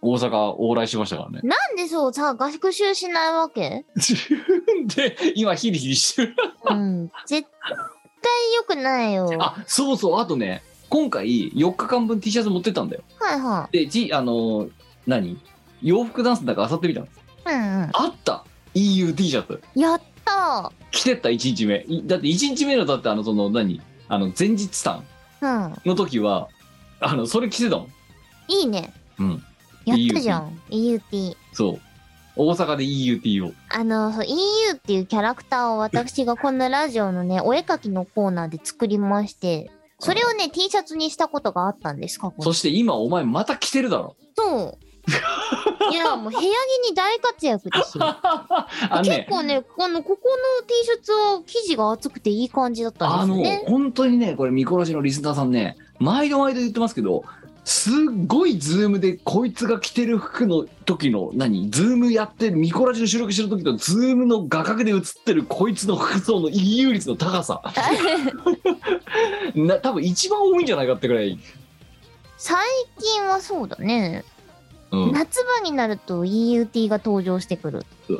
大阪往来しましたからね。 なんでそうさ、学習しないわけ？ で、今ヒリヒリしてる。 うん。絶対良くないよ。 あ、そうそう、あとね、今回よっかかんぶん T シャツ持ってったんだよ。 はいはで、T、あのー、何洋服ダンスだから漁ってみたの。 い。うんうん。 あった イーユー T シャツ。 やった着てったいちにちめ。いだっていちにちめのだってあの、その何あの、前日さー。うん。 んの時は、あの、それ着てたもん。 いいね。 うん。 やったじゃん。イーユーティー。 そう。大阪で イーユーティー を。 あの、そう イーユー っていうキャラクターを私がこんなラジオのね、お絵描きのコーナーで作りまして、それをね、T シャツにしたことがあったんです、過去に。 そして今お前また着てるだろ。 そう。いや、もう部屋着に大活躍ですよ。 あのね結構ね、この、ここの T シャツは生地が厚くていい感じだったあのんですよね。 本当にね、これミコラジのリスナーさんね、毎度毎度言ってますけど、すっごいズームでこいつが着てる服の時の何ズームやってるミコラジの収録してる時とズームの画角で映ってるこいつの服装の一有率の高さな多分一番多いんじゃないかってぐらい、 最近はそうだね。 うん、 夏場になると イーユーティー が登場してくる。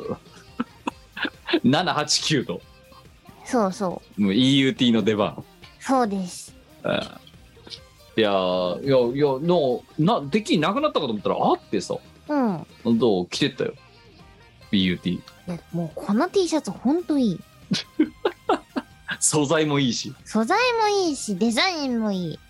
ななはちきゅうとそうそう。 もう イーユーティー の出番。 そうです。 あいやーいやいやのなできなくなったかと思ったらあってさ、 うん。 どう着てったよ イーユーティー。 いやもうこの T シャツほんといい。 素材もいいし、 素材もいいし、デザインもいい。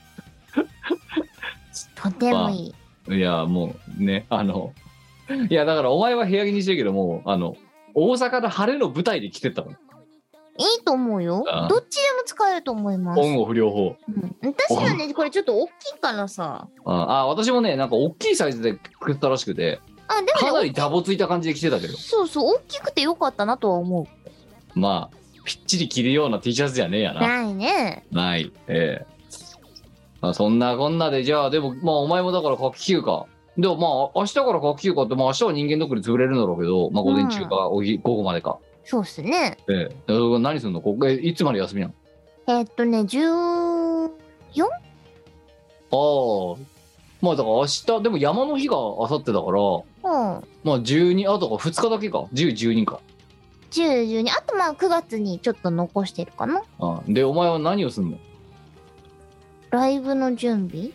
とてもいい。 いやもうねあのいやだからお前は部屋着にしてるけどもあの大阪で晴れの舞台で着てったの。 いいと思うよ。 ああどっちでも使えると思います。 オンオフ両方。 うん、私はね、これちょっと大きいからさ。 ああ私もねなんか大きいサイズで作ったらしくて、 あ、でもね、 かなりダボついた感じで着てたけど、 そうそう、大きくてよかったなとは思まあぴっちり着るような T シャツじゃねえやう。 な。 ないね。 ないええあそんなこんなでじゃあでもまあお前もだから夏季休暇でもまあ明日から夏季休暇ってまあ明日は人間ドックで潰れるんだろうけどまあ午前中か、おひ午後までか。 そうっすね。 ええで何すんのこえいつまで休みなの。 えーっとね、じゅうよん? ああまあだから明日でも山の日が明後日だからうん。 まあじゅうにあとかふつかだけかじゅう、じゅうにか。 じゅう、じゅうに。あとまあくがつにちょっと残してるかな。 あでお前は何をすんの。 ライブの準備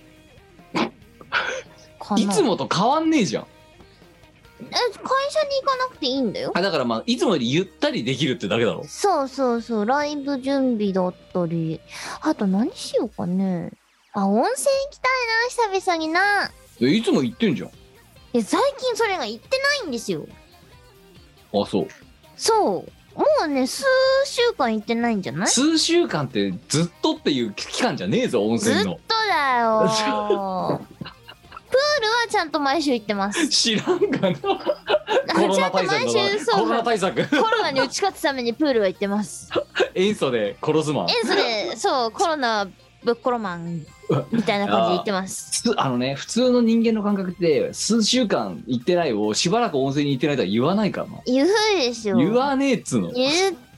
かな。 いつもと変わんねえじゃん。 え、会社に行かなくていいんだよ。 あだからまあいつもよりゆったりできるってだけだろ。 そうそうそう、ライブ準備だったり。あと何しようかね。あ、温泉行きたいな、久々にな。 えいつも行ってんじゃん。 え、最近それが行ってないんですよ。 あそうそう。もうね、数週間行ってないんじゃない？ 数週間ってずっとっていう期間じゃねえぞ温ずっと泉の。 だよ。プールはちゃんと毎週行ってます。 知らんかなコロちゃんとナ対策毎週、 だそう。 コロナ対策コロナに打ち勝つためにプールは行ってます。 塩素で殺すマン。 え、それ、そう、コロナぶっころマンみたいな感じで行ってます。 つあのね普通の人間の感覚って数週間行ってないをしばらく温泉に行ってないとは言わないからな。 言うですよ。 言わねえっつうの。 言うって。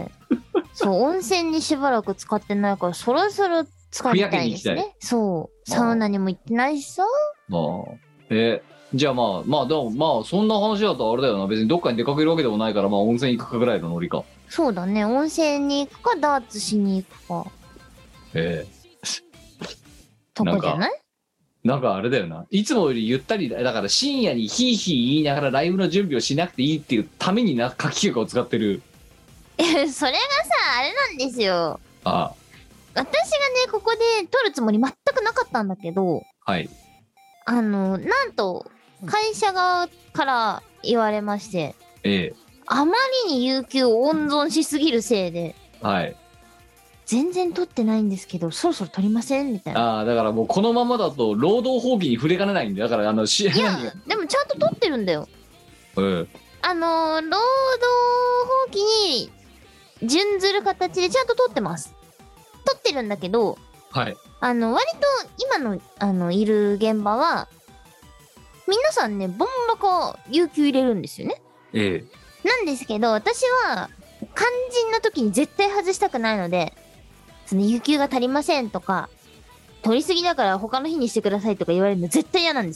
そう、温泉にしばらく使ってないから、そろそろ使いたいですふやけに行ね。そう。サウナにも行ってないしさ。 まあえじゃあまあまあでもまあそんな話だとあれだよな別にどっかに出かけるわけでもないからまあ温泉行くかぐらいのノリか。 そうだね。温泉に行くか、ダーツしに行くか。 ええとこじゃない？ なんかあれだよないつもよりゆったりだだから深夜にヒーヒー言いながらライブの準備をしなくていいっていうためにな夏季休暇を使ってる。 え、それがさ、あれなんですよ。 ああ私がね、ここで撮るつもり全くなかったんだけど、 はいあの、なんと、会社側から言われまして、 ええあまりに有給を温存しすぎるせいで、 はい全然撮ってないんですけど、そろそろ撮りませんみたいな。 ああだからもうこのままだと労働放棄に触れかねないんでだからあのしいや、でもちゃんと撮ってるんだよ。 うんあのー、労働放棄に準ずる形でちゃんと撮ってます。撮ってるんだけど、 はいあの、割と今の、あの、いる現場は、皆さんね、ボンバカ有給入れるんですよね。 ええなんですけど、私は、肝心な時に絶対外したくないので、その有給が足りませんとか、取りすぎだから他の日にしてくださいとか言われるの絶対嫌なんですよ。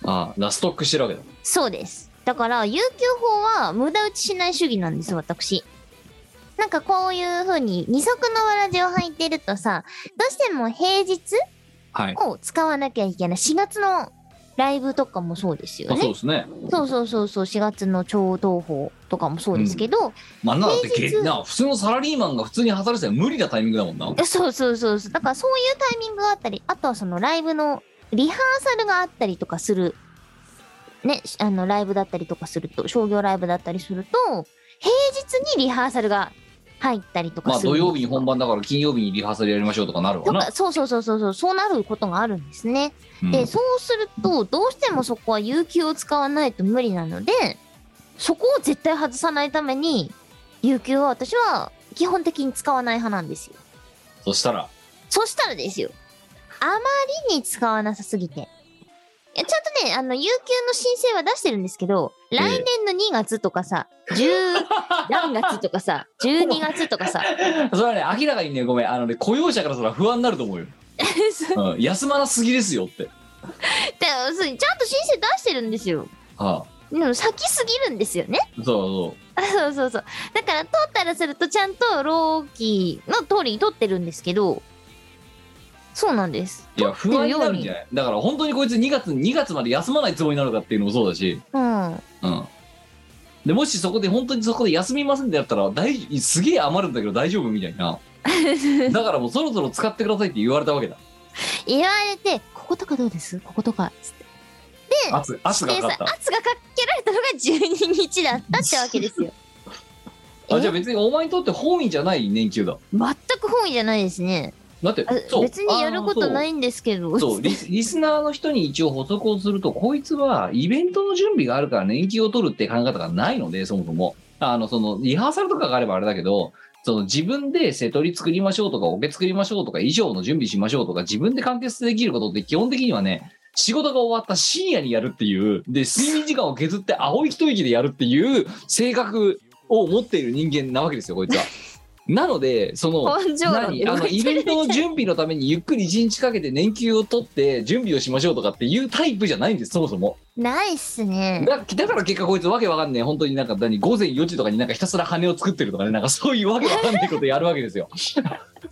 ああ、ストックしてるわけだ。 そうです。だから有給法は無駄打ちしない主義なんです、私。なんかこういう風に二足のわらじを履いてるとさ、どうしても平日はい。 を使わなきゃいけない。しがつのライブとかもそうですよあ、そうね。 ですね。 そうそうそうそう、しがつの超東宝とかもそうですけど、 まあなんだって平日けな普通のサラリーマンが普通に働いてたら無理なタイミングだもんな。 えそうそうそうそう。だからそういうタイミングがあったり、あとはそのライブのリハーサルがあったりとかする。ね、あのライブだったりとかすると、商業ライブだったりすると、平日にリハーサルが入ったりとかする。 まあ土曜日に本番だから金曜日にリハーサルやりましょうとかなるわな。 とかそうそうそうそうそう、そうなることがあるんですね。 うんで、そうすると、どうしてもそこは有給を使わないと無理なので、そこを絶対外さないために、有給は私は基本的に使わない派なんですよ。 そしたらそしたらですよ。あまりに使わなさすぎて。いやちゃんとね、あの、有給の申請は出してるんですけど、 ええ来年のにがつとかさ、じゅう何月とかさ、じゅうにがつとかさ、 それはね明らかにねごめんあのね雇用者からすら不安になると思うよ。うん、休まなすぎですよって。 でそうちゃんと申請出してるんですよ。 はでも先すぎるんですよね。 あ、そあそうそうそう。だから、取ったらするとちゃんと労基の通りに取ってるんですけど、そうなんです。 うそう。いや不安になるんじゃないだから本当にこいつにがつにがつまで休まないつもりなのかっていうのもそうだし、 うん。 うん。でもしそこで本当にそこで休みませんってやったら大すげえ余るんだけど大丈夫みたいな。だからもうそろそろ使ってくださいって言われたわけだ。 言われて、こことかどうですこことか。つって圧圧がでさ、 かかった。 圧がかけられたのがじゅうににちだったってわけですよ。 あじゃあ別にお前にとって本意じゃない年休だ。 全く本意じゃないですね。 だってあそう別にやることないいんですけど。 そうリスリスナーの人に一応補足をするとこいつはイベントの準備があるから年休を取るって考え方がないのでそもそもあのそのリハーサルとかがあればあれだけどその自分でセトリ作りましょうとかオケ作りましょうとか衣装の準備しましょうとか自分で完結できることって基本的にはね仕事が終わった深夜にやるっていうで睡眠時間を削って青い一息でやるっていう性格を持っている人間なわけですよこいつは。なのでその根性論で何あのイベントの準備のためにゆっくりいちにちかけて年休を取って準備をしましょうとかっていうタイプじゃないんですそもそも。 ないっすね。 だだから結果こいつわけわかんねえ本当になんか何午前よじとかになんかひたすら羽を作ってるとかねなんかそういうわけわかんないことやるわけですよ。 理由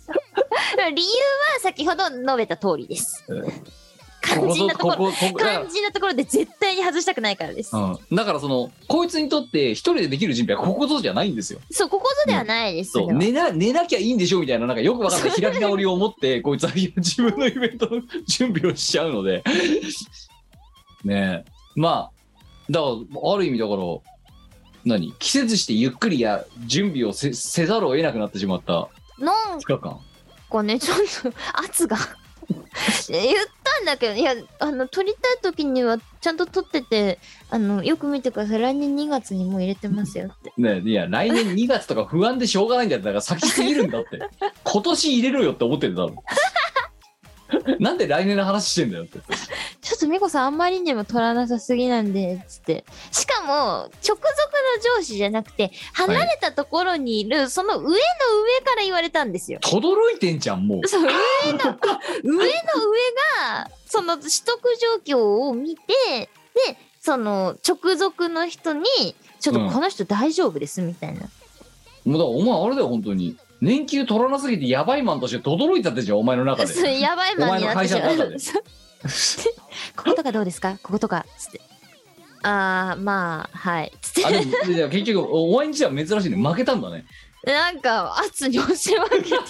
は先ほど述べた通りです。肝心なところここここだから肝心なところで絶対に外したくないからです。 うん、だからそのこいつにとって一人でできる準備はここぞじゃないんですよ。 そう、ここぞではないです。 そうそれは寝な寝なきゃいいんでしょみたいななんかよくわかんない開き直りを持ってこいつは自分のイベントの準備をしちゃうのでねえまあだからある意味だから何季節してゆっくりや準備を せ, せざるを得なくなってしまったなんふつかかん。 かね、ちょっと圧が言ったんだけど、いや、あの、撮りたい時にはちゃんと撮ってて、あの、よく見てください。来年にがつにもう入れてますよって。 ねえいや来年にがつとか不安でしょうがないんだよだから先すぎるんだって今年入れろよって思ってるんだろなんで来年の話してんだよって。 ちょっと美子さんあんまりにも撮らなさすぎなんで、つって。しかも、直属の上司じゃなくて、離れたところにいる、その上の上から言われたんですよ。 轟いてんじゃんもう。 そう、上の、上の上が、その取得状況を見て、で、その直属の人に、ちょっとこの人大丈夫です、みたいな。 もうだからお前あれだよ本当に年休取らなすぎてやばいマンとして轟いたってじゃんお前の中で。 そう、やばいマンになってしまう。 お前の会社の中でそうこことかどうですかこことか、つって。あー、まあ、はい。つって。 あでもじゃあ結局お前んちは珍しいね負けたんだね。 なんか、圧に押し分けて。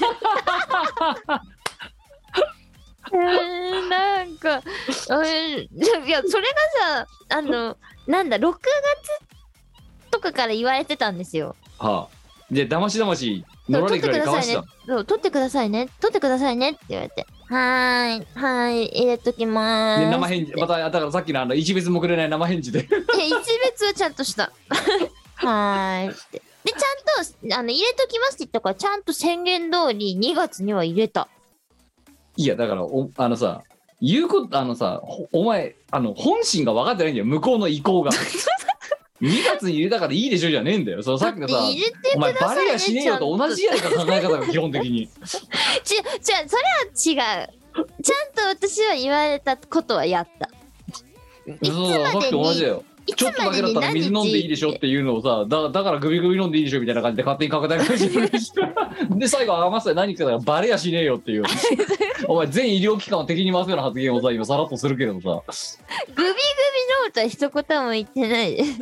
えー、なんか、えー、いや、それがさ、あの、なんだ、ろくがつとかから言われてたんですよ。 はあでだましだまし乗られくらいかわした。 そう、取ってくださいね。取ってくださいねって言われて。はーい、はーい、入れときまーす。 で生返事まただからさっきのあの一別もくれない生返事でいや、一別はちゃんとした。はーいって。で、ちゃんと、あの、入れときますって言ったから、ちゃんと宣言通りにがつには入れた。 いやだからおあのさ言うことあのさお前あの本心が分かってないんだよ向こうの意向がにがつに入れたからいいでしょじゃねえんだよ。そのさっきのさ入れてくださいねお前バレやしねえよと同じやないか考え方が基本的にち、じゃそれは違う。ちゃんと私は言われたことはやった。 いつそうさっきまでに同じだよ。 いつちょっとだまでにけだったら水飲んでいいでしょっていうのをさ、だだからグビグビ飲んでいいでしょみたいな感じで勝手に拡大解釈してで最後余ったら何かがバレやしねえよっていうお前全医療機関を敵に回すような発言をさ今さらっとするけれどさ、 グビグビ飲むとは一言も言ってないです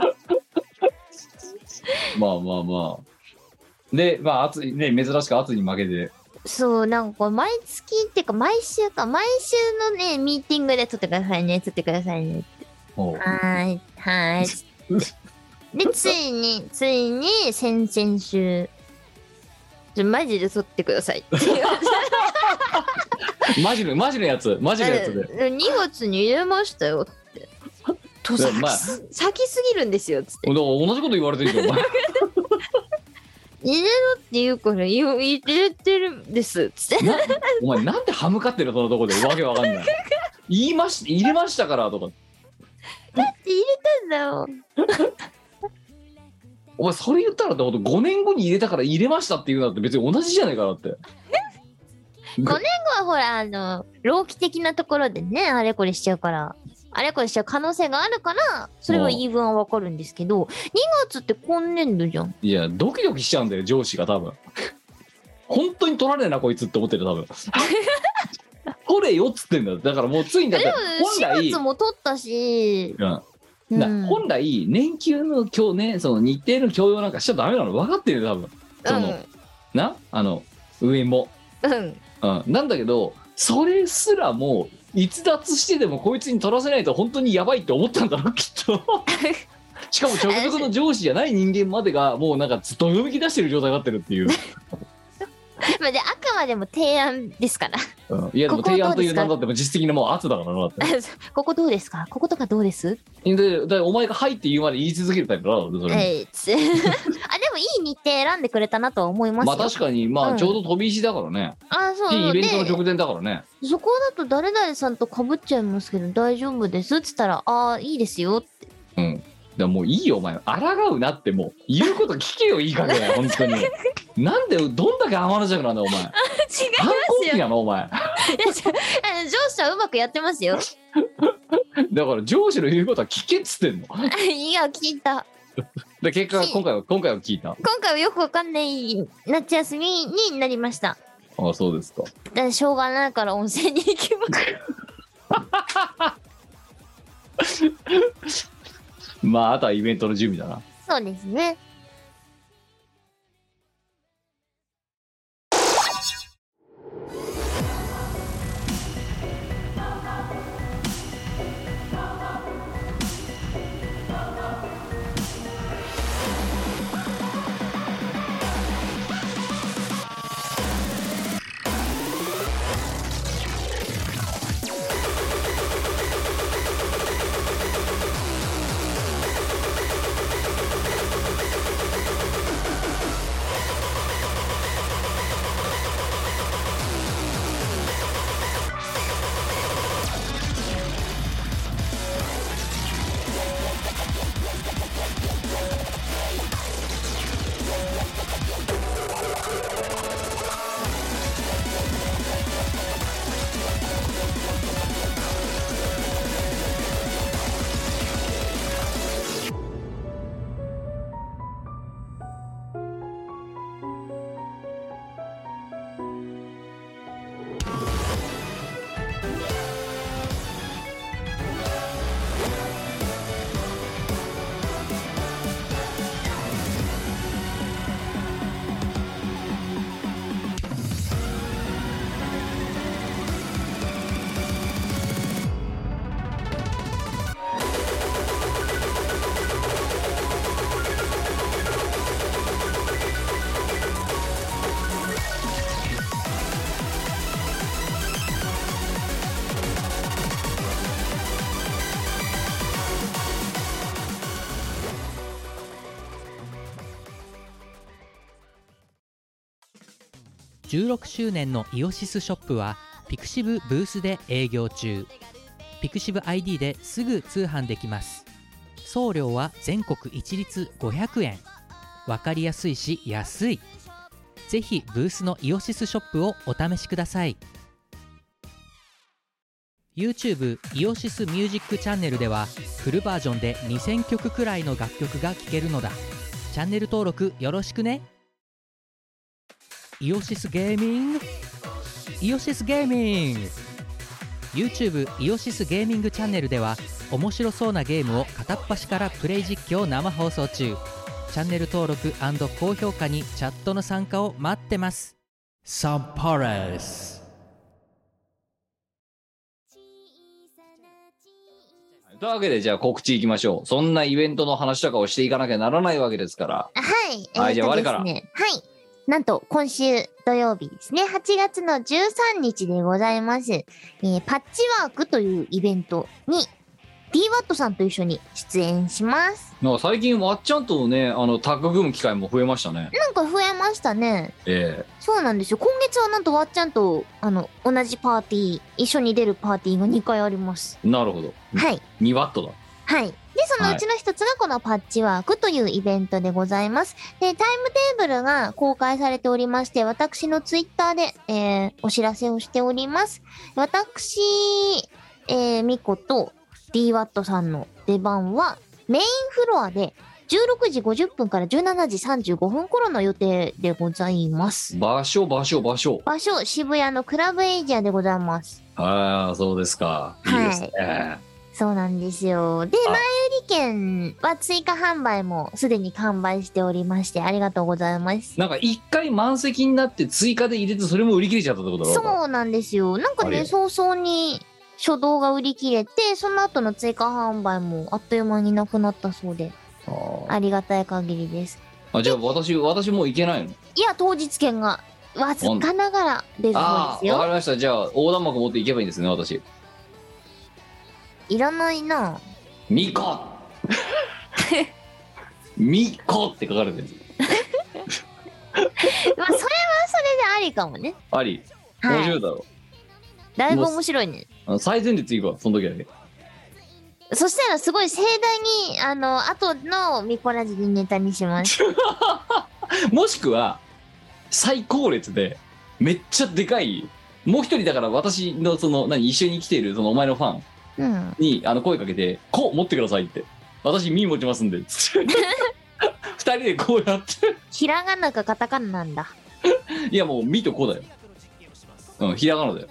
まあまあまあでまあ暑いね、珍しく暑いに負けて、 そうなんか毎月っていうか毎週か毎週のねミーティングで撮ってくださいね撮ってくださいねおうはーいはーいでついについに先々週ちょマジで撮ってくださいって言われてマジのマジのやつマジのやつでにがつに入れましたよってと先,、 まあ、 先すぎるんですよっつってだから同じこと言われてるじゃんお前入れろって言うから言う入れてるんですっつってなお前なんで歯向かってるのそのとこでわけわかんない言いまし入れましたからとかだって入れたんだよお前それ言ったらってことごねんごに入れたから入れましたっていうのだって別に同じじゃないかなってごねんごはほらあの老期的なところでねあれこれしちゃうからあれこれしちゃう可能性があるからそれは言い分はわかるんですけどにがつって今年度じゃんいやドキドキしちゃうんだよ上司が多分本当に取られえなこいつって思ってる多分取れよっつってんだよだからもうついにだってでも本来しがつも取ったし、 うんうんな本来年休の今日ねその日程の強要なんかしちゃダメなの分かってるよ多分その、なあの上も、 うんうんうん、なんだけどそれすらも逸脱してでもこいつに取らせないと本当にやばいって思ったんだろきっとしかも直属の上司じゃない人間までがもうなんかずっと読み出してる状態になってるっていうまあであくまでも提案ですからうん、いやでも提案というなんだっても実績のもう圧だからなだってここどうですかこことかどうですででお前が「はい」って言うまで言い続けるタイプだろそれ、 えいつあでもいい日程選んでくれたなとは思いますよまあ確かにまうんあちょうど飛び石だからね、 あそうそういいイベントので直前だからねそこだと誰々さんとかぶっちゃいますけど大丈夫ですっつったらああいいですよってうんだからもういいよお前抗うなってもう言うこと聞けよいい加減本当になんでどんだけ天の弱なんだお前違いま反抗期すよなのお前いやちょあの上司はうまくやってますよだから上司の言うことは聞けっつってんのいや聞いたで結果今回は今回は聞いた今回はよくわかんない夏休みになりましたああそうですかだからしょうがないから温泉に行きますまああとはイベントの準備だなそうですねじゅうろくしゅうねんのイオシスショップはピクシブブースで営業中。ピクシブ アイディー ですぐ通販できます。送料は全国一律ごひゃくえん。わかりやすいし安い。ぜひブースのイオシスショップをお試しください。 YouTube イオシスミュージックチャンネルではフルバージョンでにせんきょくくらいの楽曲が聴けるのだ。チャンネル登録よろしくね。イオシスゲーミングイオシスゲーミング YouTube イオシスゲーミングチャンネルでは面白そうなゲームを片っ端からプレイ実況生放送中。チャンネル登録&高評価にチャットの参加を待ってます。サンパレス。 というわけで、じゃあ告知いきましょう。そんなイベントの話とかをしていかなきゃならないわけですから。 はい。 はい、じゃあ我から。 はい。なんと、今週土曜日ですね、はちがつのじゅうさんにちでございます。えー、パッチワークというイベントに、ディーワット さんと一緒に出演します。 なんか最近、わっちゃんとね、あの、タッグ組む機会も増えましたね。 なんか増えましたね。 ええそうなんですよ。今月はなんとわっちゃんと、あの、同じパーティー、一緒に出るパーティーがにかいあります。 なるほど。 はい。 にワットだ。 はい。で、そのうちの一つがこのパッチワークというイベントでございます。で、タイムテーブルが公開されておりまして、私のツイッターで、えー、お知らせをしております。私、えー、ミコと ディーワット さんの出番は、メインフロアでじゅうろくじごじゅっぷんからじゅうしちじさんじゅうごふん頃の予定でございます。 場所、場所、場所。 場所、渋谷のクラブエイジアでございます。 ああ、そうですか。いいですね。はい、 そうなんですよ。で、前売り券は追加販売もすでに完売しておりまして、ありがとうございます。 なんか一回満席になって追加で入れて、それも売り切れちゃったってことだろ。 そうなんですよ。なんかね、早々に初動が売り切れて、その後の追加販売もあっという間になくなったそうで、あ, ありがたい限りです。 あ、じゃあ私、私もう行けないの？ いや、当日券がわずかながら出るそうですよ。 ああ、わかりました。じゃあ横断幕持って行けばいいんですね、私。 いらないな。 ミコミコって書かれてる。 まあそれはそれでありかもね。 あり。面白いだろう。はい、 だいぶ面白いね。 あの最前列行くわ、その時だけ。 そしたらすごい盛大にあの後のミコラジにネタにします。 もしくは最高列でめっちゃでかい、もう一人だから私のその何一緒に来ているそのお前のファン。うん、にあの声かけて「こう持ってください」って「私ミー持ちますんで」つってふたりでこうやってひらがなかカタカナなんだ。 いやもうミとこうだよ。うん、ひらがなだよ。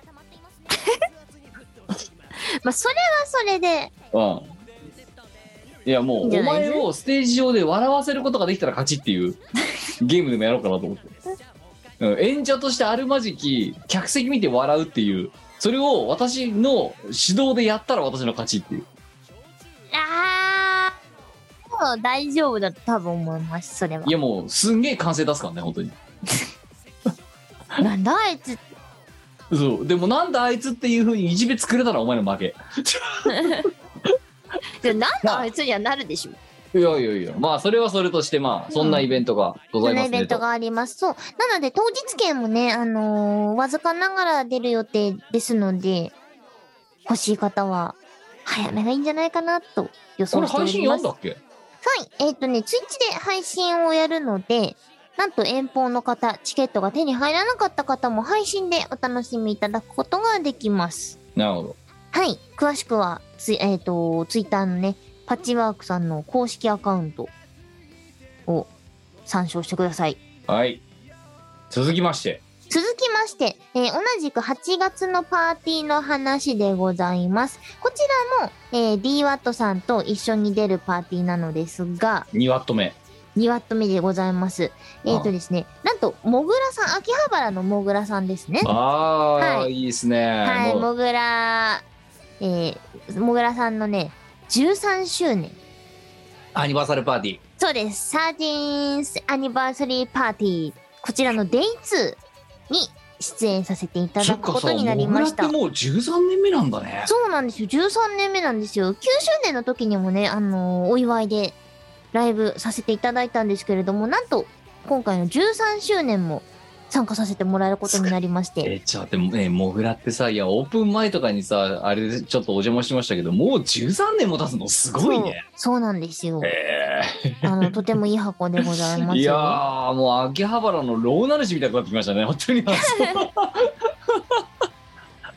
まあそれはそれで、 うん、いやもうお前をステージ上で笑わせることができたら勝ちっていうゲームでもやろうかなと思って、うん、演者としてあるまじき客席見て笑うっていう、それを私の指導でやったら私の勝ちっていう。 ああ、もう大丈夫だと多分思います、それは。 いやもうすんげえ歓声出すからね、本当に。 なんだあいつ。 そう、でもなんだあいつっていう風にいじめ作れたらお前の負け。 じゃなんだあいつにはなるでしょ。 いやいやいや、まあそれはそれとして、まあそんなイベントがございますね、うん、そんなイベントがあります。そうなので当日券もね、あのー、わずかながら出る予定ですので、欲しい方は早めがいいんじゃないかなと予想しております。これ配信やんだっけ？はい、えっとね、ツイッチで配信をやるので、なんと遠方の方、チケットが手に入らなかった方も配信でお楽しみいただくことができます。 なるほど。 はい、詳しくはツイ、えっと、ツイッターのね、パッチワークさんの公式アカウントを参照してください。 はい。続きまして。 続きまして、えー、同じくはちがつのパーティーの話でございます。こちらも、えー、ディーワット さんと一緒に出るパーティーなのですが、 にワットめ。 にワットめでございます。えっ、ー、とですね、なんと、もぐらさん、秋葉原のもぐらさんですね。 ああ、はい、いいですね。 はい、もぐら、えー、もぐらさんのね、じゅうさんしゅうねん。 アニバーサルパーティー。 そうです。サーティーンスアニバーサリーパーティー。こちらのデイツーに出演させていただくことになりました。 もぐらってもうじゅうさんねんめなんだね。 そうなんですよ。じゅうさんねんめなんですよ。きゅうしゅうねんの時にもね、あのー、お祝いでライブさせていただいたんですけれども、なんと今回のじゅうさんしゅうねんも参加させてもらえることになりまして。 えちょっと待って、ね、もぐらってさ、いやオープン前とかにさ、あれでちょっとお邪魔しましたけど、もうじゅうさんねんも経つのすごいね。 そう、そうなんですよ。 えー、あのとてもいい箱でございますよ。 いやー、もう秋葉原のローナルシみたいになってきましたね、本当に。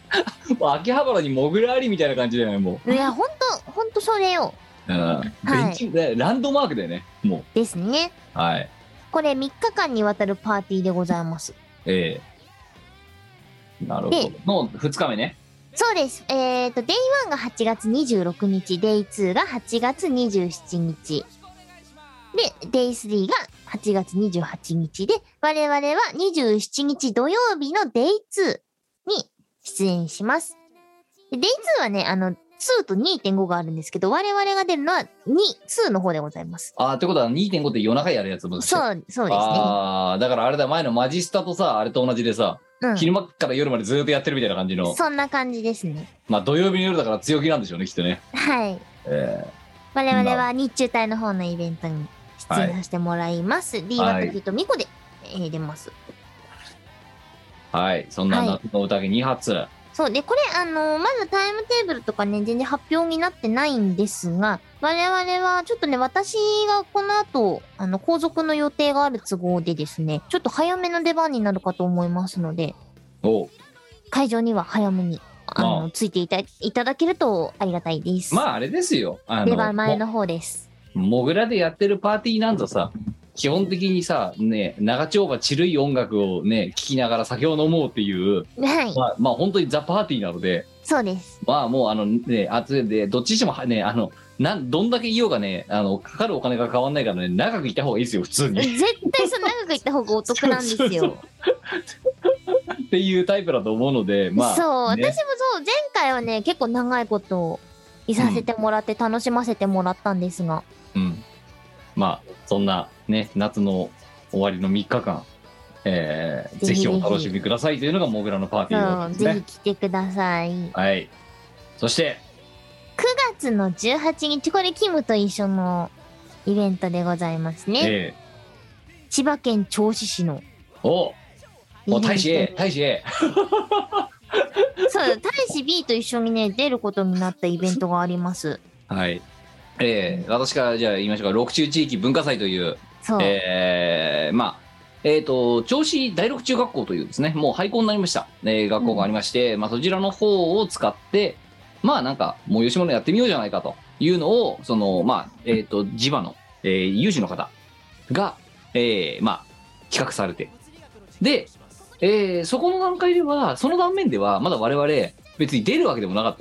もう秋葉原にモグラありみたいな感じだよね、もいやほんとほんとそれよ。 う、うん、ベンチね、ランドマークだよね、もですね。 う。はい。 これみっかかんにわたるパーティーでございます。 ええー、なるほど。のふつかめね。 そうです。えっ、ー、と、デイワンがはちがつにじゅうろくにち、デイツーがはちがつにじゅうしちにち。で、デイスリーがはちがつにじゅうはちにちで、我々はにじゅうしちにち土曜日のデイツーに出演します。でデイツーはね、あの、ツーと にてんご があるんですけど、我々が出るのはに、ツーの方でございます。 あー、ってことは にてんご って夜中やるやつもそう、そうですね。 ああ、だからあれだ、前のマジスタとさ、あれと同じでさ、うん、昼間から夜までずっとやってるみたいな感じの。 そんな感じですね。 まあ土曜日の夜だから強気なんでしょうね、きっとね。 はい。えー、我々は日中帯の方のイベントに出演させてもらいます。はい、ディーワン と P とミコで、えー、出ます。 はい。そんな夏の宴に発。はい、 そうで、これあのー、まずタイムテーブルとかね全然発表になってないんですが、我々はちょっとね、私がこの後あの後続の予定がある都合でですね、ちょっと早めの出番になるかと思いますので、 お会場には早めにあの、まあ、ついていたいただけるとありがたいです。 まああれですよ、あの出番前の方です。 モグラでやってるパーティーなんぞさ、基本的にさ、ね、長丁場ちるい音楽をね、聴きながら酒を飲もうっていう、 はい。 まあ、まあ、本当にザ・パーティーなので、 そうです。 まあ、もう、あのね、あつで、どっちにしてもね、あの、なん、どんだけいようがね、あの、かかるお金が変わんないからね、長くいた方がいいですよ、普通に。 絶対そう、長くいった方がお得なんですよ。そうそうそうっていうタイプだと思うので、まあ。 そう、 ね、 私もそう、前回はね、結構長いこといさせてもらって楽しませてもらったんですが。 うん。うん、まあ、そんなね、夏の終わりのみっかかん、えー、ぜひお楽しみくださいというのがモグラのパーティーですね。 ぜひ来てください。 はい。そしてくがつのじゅうはちにち、これキムと一緒のイベントでございますね。えー、千葉県銚子市の。 おお、大使 A、大使 A。 そう、大使 B と一緒にね、出ることになったイベントがあります。 はい。えー、私からじゃあ言いましょうか。六中地域文化祭という、 そう、 えー、まあ、えっ、ー、と、銚子第六中学校というですね、もう廃校になりました、えー、学校がありまして、うん、まあそちらの方を使って、まあなんか、催し物やってみようじゃないかというのを、その、まあ、えっ、ー、と、地場の、えー、有志の方が、えー、まあ、企画されて。で、えー、そこの段階では、その断面では、まだ我々、別に出るわけでもなかった。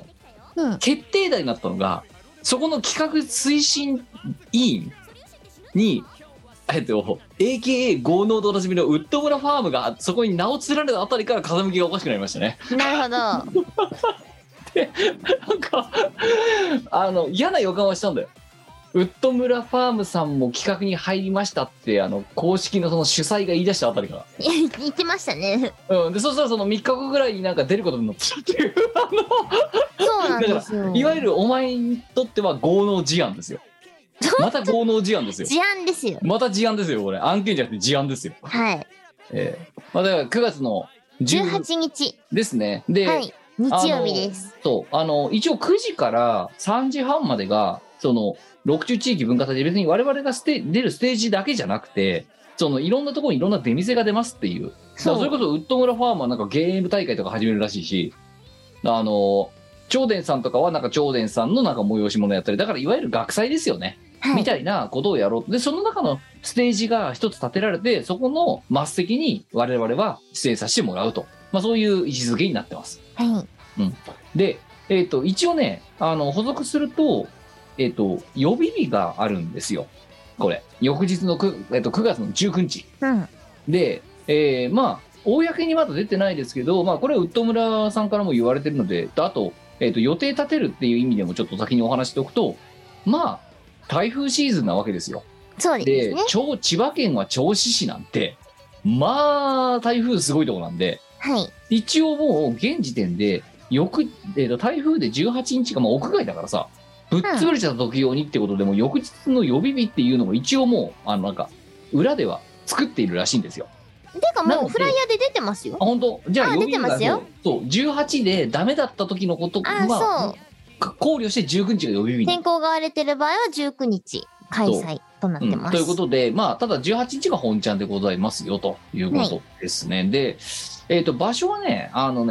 うん、決定打になったのが、そこの企画推進委員に、えっと、エーケーエー 豪農とおなじみのウッド村ファームがそこに名を連ねるあたりから風向きがおかしくなりましたね。 なるほど。 で、なんか、あの、嫌な予感はしたんだよ。ウッド村ファームさんも企画に入りましたって、あの、公式のその主催が言い出したあたりから。 言ってましたね。 うん。で、そしたらそのみっかごぐらいになんか出ることになってたっていう。あの、 そうなんですよ。 いわゆるお前にとっては豪農事案ですよ。また豪農事案ですよ。 事案ですよ。 また事案ですよ、これ。案件じゃなくて事案ですよ。 はい。 ええー。まあ、だからくがつのじゅうはちにち。 ですね。で、 はい。日曜日です。 そう。あの、一応くじからさんじはんまでが、その、六中地域文化祭で別に我々がステ出るステージだけじゃなくて、そのいろんなところにいろんな出店が出ますっていう。そう。それこそウッド村ファームはなんかゲーム大会とか始めるらしいし、あの、長伝さんとかはなんか長伝さんのなんか催し物やったり、だからいわゆる学祭ですよね。はい、みたいなことをやろう。で、その中のステージが一つ立てられて、そこの末席に我々は出演させてもらうと。まあそういう位置づけになってます。 はい。 うん。で、えっ、ー、と、一応ね、あの、補足すると、えっ、ー、と、予備日があるんですよ。これ。翌日の 9,、えー、とくがつのじゅうくにち。 うん。 で、えー、まあ、公にまだ出てないですけど、まあ、これはウッド村さんからも言われてるので、あと、えっ、ー、と、予定立てるっていう意味でもちょっと先にお話しておくと、まあ、台風シーズンなわけですよ。 そうですね。 で、千葉県は銚子市なんて、まあ、台風すごいとこなんで、 はい。 一応もう、現時点で、翌、えー、と台風でじゅうはちにちが、まあ、屋外だからさ、ぶっ潰れちゃった時用にってことでも、うん、翌日の予備日っていうのも一応もう、あの、なんか、裏では作っているらしいんですよ。 てかもうフライヤーで出てますよ。 あ、本当？じゃあ、 あ、出てますよ。 そう、じゅうはちでダメだった時のことあ、まあ、そう。 考慮してじゅうくにちが予備日。 天候が荒れてる場合はじゅうくにち開催となってます。 うん、ということで、まあ、ただじゅうはちにちが本ちゃんでございますよということですね。はい、で、えっ、ー、と、場所はね、あのね、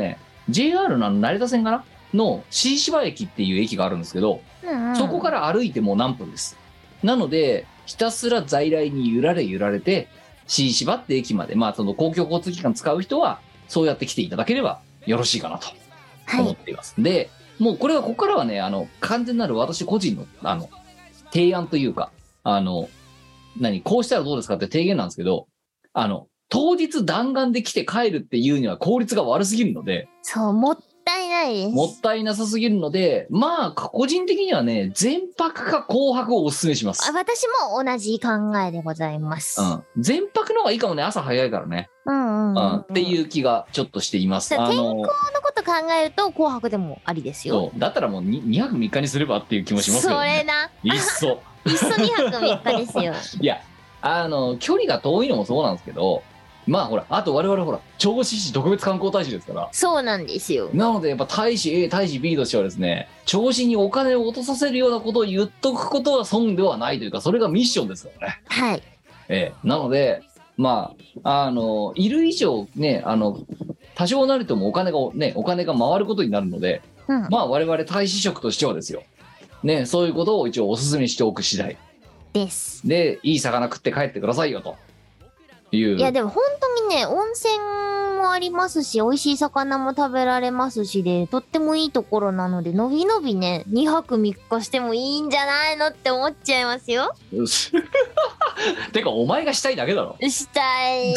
ジェイアール のあの成田線かなの椎芝駅っていう駅があるんですけど、 うんうん、 そこから歩いてもう何分です。なのでひたすら在来に揺られ揺られて椎芝って駅まで、まあその公共交通機関使う人はそうやって来ていただければよろしいかなと思っています。はい、でもうこれはここからはね、あの完全なる私個人のあの提案というか、あの何こうしたらどうですかって提言なんですけど、あの当日弾丸で来て帰るっていうには効率が悪すぎるので、 そうもったいないです。 もったいなさすぎるので、まあ個人的にはね、全泊か後泊をお勧めします。 あ、私も同じ考えでございます。 うん、全泊の方がいいかもね、朝早いからね。 うんうん、うんうん、 っていう気がちょっとしています。 天候のこと考えると後泊でもありですよ。 そうだったらもう に, にはくみっかにすればっていう気もしますけど、ね、 それな。 いっそいっそにはくみっかですよ。 いや、あの距離が遠いのもそうなんですけど、まあほら、あと我々ほら銚子市特別観光大使ですから。 そうなんですよ。 なのでやっぱ大使 A 大使 B としてはですね、銚子にお金を落とさせるようなことを言っとくことは損ではないというか、それがミッションですからね。 はい。 ええ、なのでまああのいる以上ね、あの多少なりともお金がねお金が回ることになるので、うん、まあ我々大使職としてはですよね、そういうことを一応お勧めしておく次第ですで、いい魚食って帰ってくださいよという。 いやでも本当にね、温泉もありますし、美味しい魚も食べられますしで、とってもいいところなので、のびのびねにはくみっかしてもいいんじゃないのって思っちゃいますよ。 てかお前がしたいだけだろ。 したい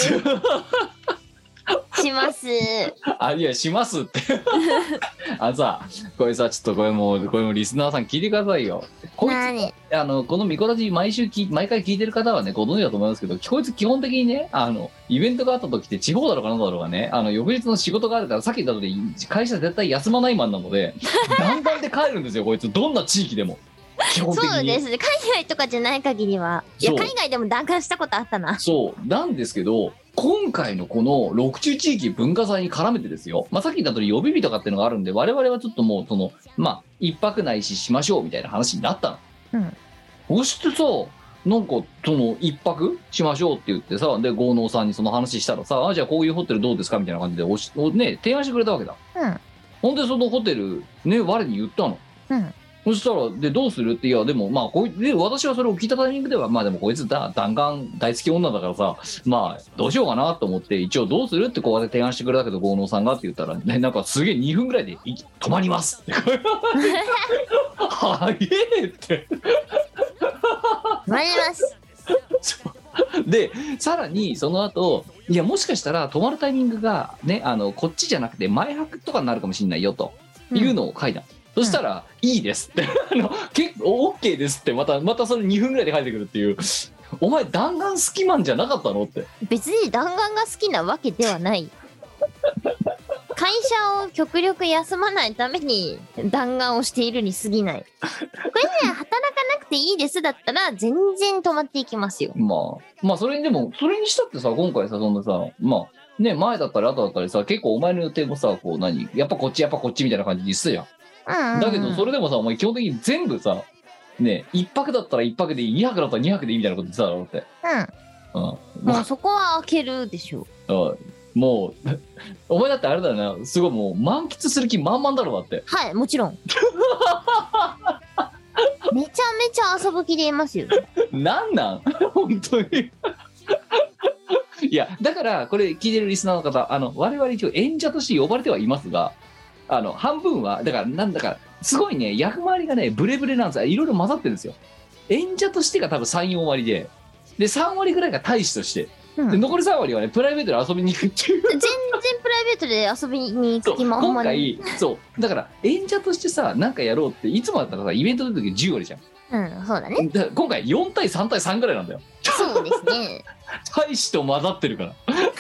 しますあ、いやしますってあのさ、これさ、ちょっとこれもうこれもリスナーさん聞いてくださいよ。こいつあのこのミコラジ毎週き毎回聞いてる方はねご存知だと思いますけど、こいつ基本的にね、あのイベントがあった時って地方だろうかなんだろうがね、あの翌日の仕事があるからさっき言った通り会社絶対休まないマンなので弾丸で帰るんですよこいつ、どんな地域でも。基本的にそうですね、海外とかじゃない限りは。いや海外でも弾丸したことあったな。 そうなんですけど、今回のこの六中地域文化祭に絡めてですよ、まあ、さっき言った通り予備日とかっていうのがあるんで、我々はちょっともうそのまあ一泊ないししましょうみたいな話になったの。うん、そしてさ、なんかその一泊しましょうって言ってさ、で豪農さんにその話したらさ、あじゃあこういうホテルどうですかみたいな感じでおしお、ね、提案してくれたわけだ。うん、ほんでそのホテルね我に言ったの。うん、そしたらでどうするって、いやでもまあこいで私はそれを聞いたタイミングではまあでもこいつだ弾丸大好き女だからさ、まあどうしようかなと思って一応どうするってこうやって提案してくれたけど豪農さんがって言ったらね、なんかすげえにふんぐらいで泊まりますってはえって泊まりますでさらにその後、いやもしかしたら泊まるタイミングがね、あのこっちじゃなくて前泊とかになるかもしれないよというのを書いた、うん、そしたら、うん、いいですってあの結構 OK ですってまたまたそれにふんぐらいで書いてくるっていう、お前弾丸好きマンじゃなかったのって。 別に弾丸が好きなわけではない会社を極力休まないために弾丸をしているに過ぎない。これね、働かなくていいですだったら全然止まっていきますよ。 まあまあそれにでもそれにしたってさ、今回さそんなさ、まあね前だったり後だったりさ、結構お前の予定もさこう何やっぱこっちやっぱこっちみたいな感じにしてたじゃん。うんうん、だけどそれでもさお前基本的に全部さね一泊だったら一泊でいい、二泊だったら二泊でいいみたいなこと言ってただろうって。 うん。うん。もうそこは開けるでしょう。 うん。もうお前だってあれだよな、すごいもう満喫する気満々だろうだって。 はい、もちろんめちゃめちゃ遊ぶ気でいますよ。 なんなん本当にいやだからこれ聞いてるリスナーの方、あの我々一応演者として呼ばれてはいますが、あの半分はだからなんだかすごいね役回りがねブレブレなんですよ。いろいろ混ざってるんですよ。演者としてが多分さん、よん割で、でさん割ぐらいが大使として、うん、で残りさん割はねプライベートで遊びに行くっていう。 全然プライベートで遊びに行く気もあんまり。 今回そうだから演者としてさなんかやろうっていつもだったらさイベントの時じゅう割じゃん。 うん、そうだね。 だ今回よん対さん対さんぐらいなんだよ。 そうですね。 大使と混ざってるから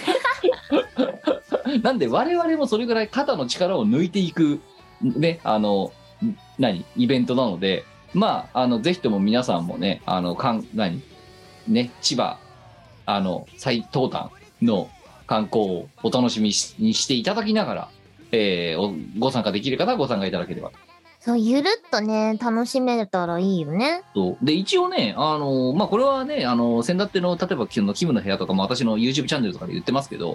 なんで我々もそれぐらい肩の力を抜いていくね、あの何イベントなので、まああのぜひとも皆さんもね、あのかん何ね千葉あの最東端の観光をお楽しみにしていただきながら、えー、ご参加できる方はご参加いただければと。 そうゆるっとね楽しめたらいいよね。 そうで一応ね、あのまあこれはね、あの先だっての例えばキムのキムの部屋とかも私の YouTube チャンネルとかで言ってますけど、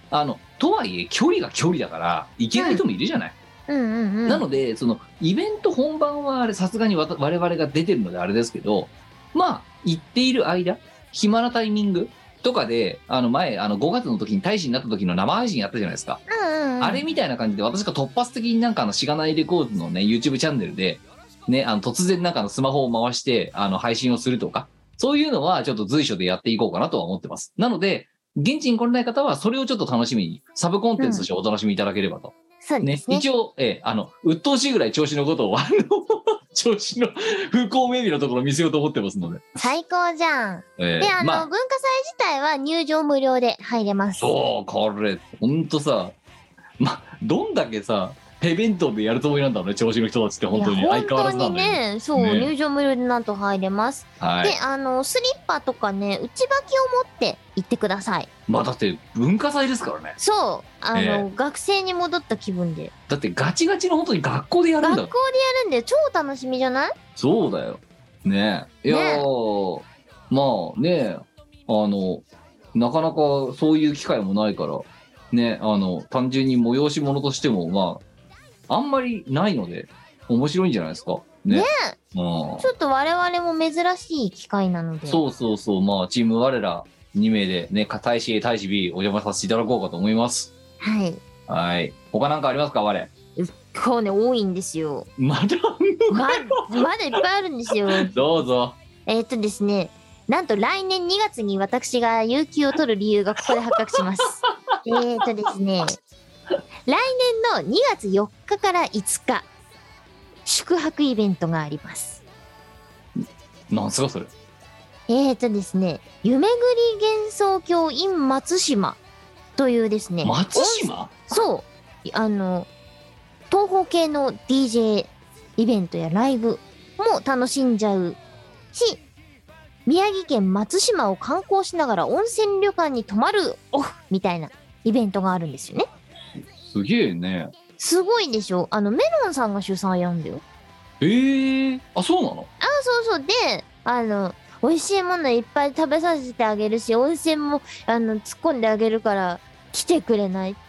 あのとはいえ距離が距離だから行けない人もいるじゃない、 うんうんうん。 なのでそのイベント本番はあれさすがにわた我々が出てるのであれですけど、まあ行っている間暇なタイミングとかで、あの前あのごがつの時に大使になった時の生配信やったじゃないですか、 うんうんうん、 あれみたいな感じで私が突発的になんかあのしがないレコードのね YouTube チャンネルでね、あの突然なんかのスマホを回してあの配信をするとか、そういうのはちょっと随所でやっていこうかなとは思ってます。なので現地に来れない方はそれをちょっと楽しみにサブコンテンツとしてお楽しみいただければと、 そうですね。 一応、えー、あの鬱陶しいぐらい調子のことをあの調子の風光明媚なところを見せようと思ってますので、 最高じゃん。 えー、 で、あの、 まあ、 文化祭自体は入場無料で入れます。 そうこれほんとさ、まどんだけさペベントでやるつもりなんだろうね、調子の人たちって本当にいや相変わらずなんだよ本当にね、そう、 ね入場無料でなんと入れます。 はいで、あの、スリッパとかね、内履きを持って行ってください。 まあだって文化祭ですからね。 そう、あの、 え学生に戻った気分で。 だってガチガチの本当に学校でやるんだ学校でやるんで超楽しみじゃない？ そうだよねえ、いやー、まあね、あのなかなかそういう機会もないからね、あの単純に催し物としてもまああんまりないので面白いんじゃないですかね。 ねうん、 ちょっと我々も珍しい機会なので。 そうそうそう、まあチーム我らに名でね、大使 A 大使 B お邪魔させていただこうかと思います。 はい。 はい。他なんかありますか我？ こうね、多いんですよ。 まだあんのまかよ。 まだいっぱいあるんですよ。 どうぞ。 えーっとですね、なんと来年にがつに私が有給を取る理由がここで発覚します。えーっとですね、来年のにがつよっかからいつか、宿泊イベントがあります。 なんすかそれ。 えーっとですね、夢ぐり幻想郷 in 松島というですね、 松島？ そう、あの、東方系の ディージェー イベントやライブも楽しんじゃうし、宮城県松島を観光しながら温泉旅館に泊まるオフみたいなイベントがあるんですよね。 すげえね。 すごいでしょ？あの、メロンさんが主催やんだよ。 えー、あ、そうなの？ あ、そうそう。で、あの、美味しいものいっぱい食べさせてあげるし、温泉も、あの、突っ込んであげるから、来てくれないって。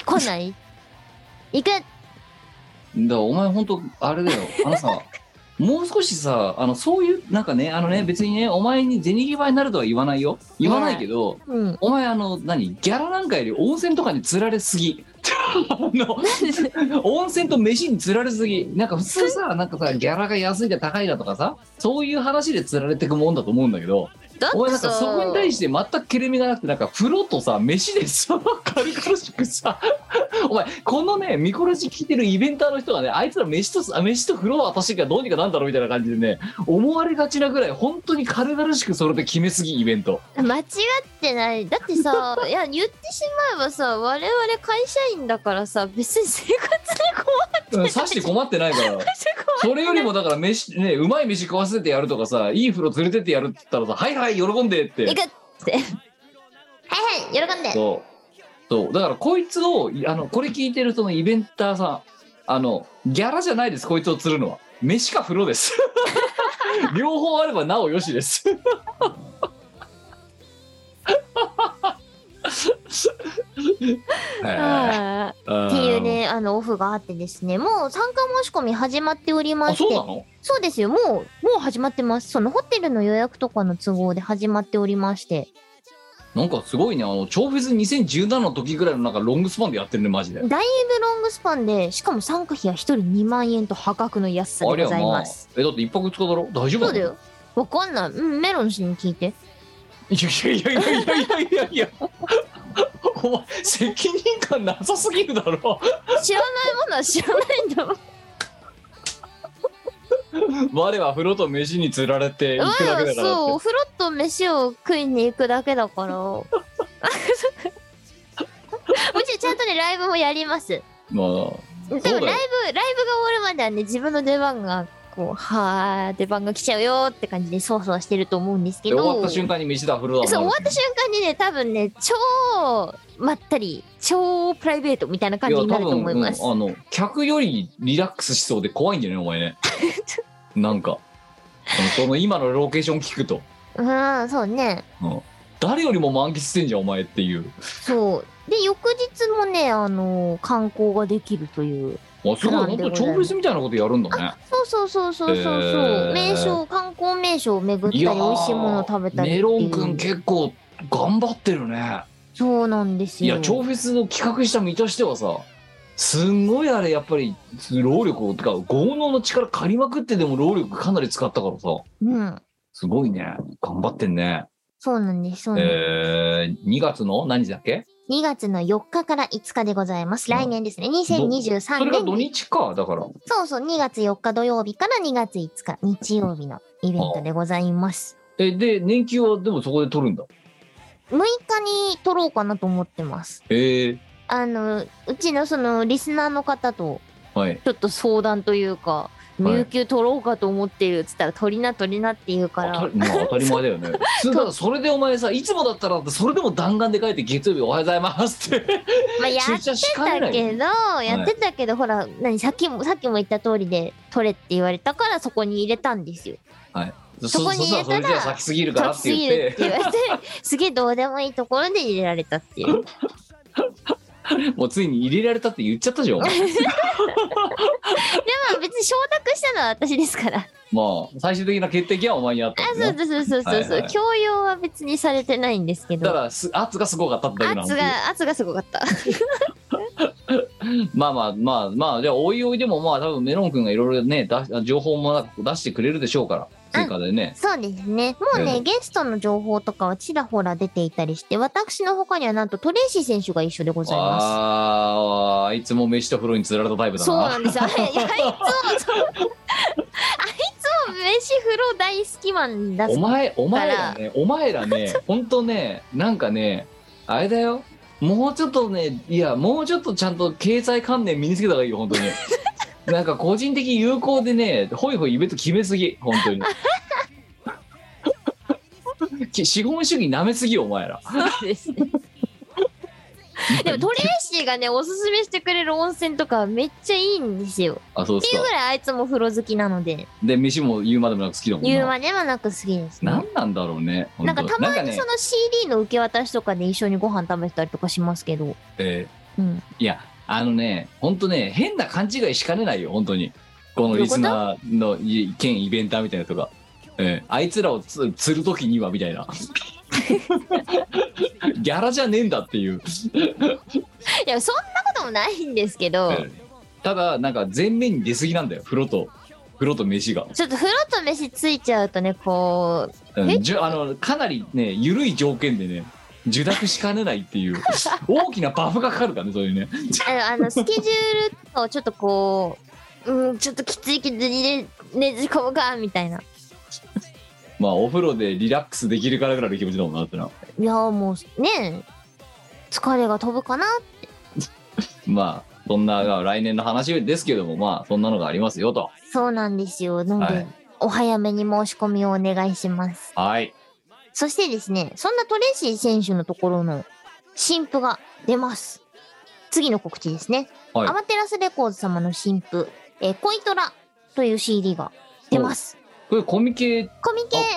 来ない行く。 だからお前ほんとあれだよ、あのさもう少しさ、あのそういうなんかね、あのね、別にねお前に銭ゲバになるとは言わないよ、言わないけど、 うん。 お前あの何ギャラなんかより温泉とかに釣られすぎあの温泉と飯に釣られすぎ。なんか普通さ、なんかさギャラが安いだ高いだとかさ、そういう話で釣られてくもんだと思うんだけど、 だお前ってさ、 なんかそこに対して全くケレミがなくて、なんか風呂とさ飯でさ軽々しくさお前このねミコラジ聞いてるイベンターの人がね、あいつら飯とあ飯と風呂は私がどうにかなんだろうみたいな感じでね思われがちなぐらい本当に軽々しくそれで決めすぎイベント。 間違ってない。だってさ、いや、言ってしまえばさ、我々会社員だからさ、別に生活で困ってさして困ってないからそれよりもだから飯ね、うまい飯食わせてやるとかさ、いい風呂連れてってやるって言ったらさ、はいはい喜んでって行くってはいはい喜んで。 そうそうだからこいつをあのこれ聞いてるそのイベンターさん、あのギャラじゃないです、こいつを釣るのは飯か風呂です両方あればなおよしですあーっていうね、あのオフがあってですね、もう参加申し込み始まっておりまあ、 して。 そうなの？ そうですよ、もうもう始まってます。そのホテルの予約とかの都合で始まっておりまして、 なんかすごいね、あの超フェスにせんじゅうななの時ぐらいのなんかロングスパンでやってるねマジで。 だいぶロングスパンで、しかも参加費はひとりにまんえんと破格の安さでございます。 ありゃまあ、えだって一泊二日だろ、大丈夫なの？ そうだよ。わかんない。うん、メロン氏に聞いて。 いやいやいやいやいやいやいやいやお前責任感なさすぎるだろ知らないものは知らないんだもん。 我は風呂と飯に釣られて行くだけだからって。 そう、お風呂と飯を食いに行くだけだから。もちろんちゃんとね、ライブもやります。 まあでもライブ、ライブが終わるまではね、自分の出番が、こう、はー、出番が来ちゃうよーって感じで、そわそわしてると思うんですけど。 終わった瞬間に飯だ風呂だ。 そう、終わった瞬間にね、多分ね、超、まったり、超プライベートみたいな感じになると思います。 うん、あの、客よりリラックスしそうで怖いんじゃねお前ね。なんか、その今のロケーション聞くと。 うん、そうね。 うん。 誰よりも満喫してんじゃんお前っていう。 そうで翌日もねあの観光ができるという。 あすごい、本当超フェスみたいなことやるんだね。 そうそうそうそうそうそう、 へー名所観光名所を巡ったりいやー美味しいものを食べたりっていう。 メロンくん結構頑張ってるね。 そうなんですよ。 いや超フェスの企画した身としてはさ、すんごいあれやっぱり労力をてか豪農の力借りまくってでも労力かなり使ったからさ、 うん、 すごいね、頑張ってんね。 そうなんですそうなんです、 えー、にがつの何時だっけ？ にがつのよっかからいつかでございます。来年ですね。にせんにじゅうさんねん。 それが土日か、だから。 そうそう、にがつよっか土曜日からにがついつか日曜日のイベントでございます。 え、で、年休はでもそこで取るんだ。 むいかに取ろうかなと思ってます。 えー、 あの、うちのそのリスナーの方と、 はい。 ちょっと相談というか、有給取ろうかと思ってるっつったら、取りな取りなって言うから。 当たり、まあ、当たり前だよね。そだそれでお前さ、いつもだったらそれでも弾丸で帰って月曜日おはようございますってまあやってたけど、やってたけど、ほら、何、さっきも、さっきも言った通りで、取れって言われたからそこに入れたんですよ。 はい。 そこに入れたら、 そそそれじゃ先すぎるからって言って。 先すぎるって言われて、すげえどうでもいいところで入れられたっていう。 もうついに入れられたって言っちゃったじゃん。でも別に承諾したのは私ですから。 まあ最終的な決定権はお前にあったんだ、ね。 あ、そうそうそうそうそう、はいはい、強要は別にされてないんですけど。 だからす圧がすごかったってだけなんですよ。 圧が圧がすごかった。 まあまあまあまあじゃあおいおいでもまあ多分メロン君がいろいろね情報もなく出してくれるでしょうから。追加でね。 そうですね。もうね、えー、ゲストの情報とかはちらほら出ていたりして、私の他にはなんとトレイシー選手が一緒でございます。 ああ、あいつも飯と風呂に釣られたタイプだな。 そうなんです。あいつもそう。あいつも飯風呂大好きマンだ。 お前お前らね、お前らね、本当ね、なんかね、あれだよ。もうちょっとね、いやもうちょっとちゃんと経済観念身につけた方がいいよ本当に。なんか個人的有効でね、ホイホイイベント決めすぎ、本当に。資本主義なめすぎよ、お前ら。 そうですね。でもトレイシーがね、おすすめしてくれる温泉とかめっちゃいいんですよ。 あ、そうですか。 っていうぐらいあいつも風呂好きなので。 で、飯も言うまでもなく好きだもんな。 言うまでもなく好きですね。 何なんだろうね。 なんかたまにその シーディー の受け渡しとかで一緒にご飯食べてたりとかしますけど。 えー、うん。いや。あのね、本当ね、変な勘違いしかねないよ、本当に。このリスナーの兼イベンターみたいな人が。えー、あいつらをつ釣るときにはみたいな。ギャラじゃねえんだっていう。 いや、そんなこともないんですけど。えー、 ただ、なんか前面に出過ぎなんだよ、風呂と。風呂と飯が。 ちょっと風呂と飯ついちゃうとね、こう。 うん、じゅあのかなりね、緩い条件でね。受諾しかねないっていう大きなバフがかかるからね、そういうね。 あの、あのスケジュールをちょっとこう、うん、ちょっときついけどねねじ込むかみたいな。 まあお風呂でリラックスできるからぐらいの気持ちだもんなってな。 いやもうね、疲れが飛ぶかなって。 まあそんな来年の話ですけども、まあそんなのがありますよと。 そうなんですよ。なので、はい、お早めに申し込みをお願いします。 はい。 そしてですね、そんなトレイシー選手のところの新譜が出ます。次の告知ですね。はい、アマテラスレコーズ様の新譜、えー、恋トラという シーディー が出ます。 これコミケコミケ、はい。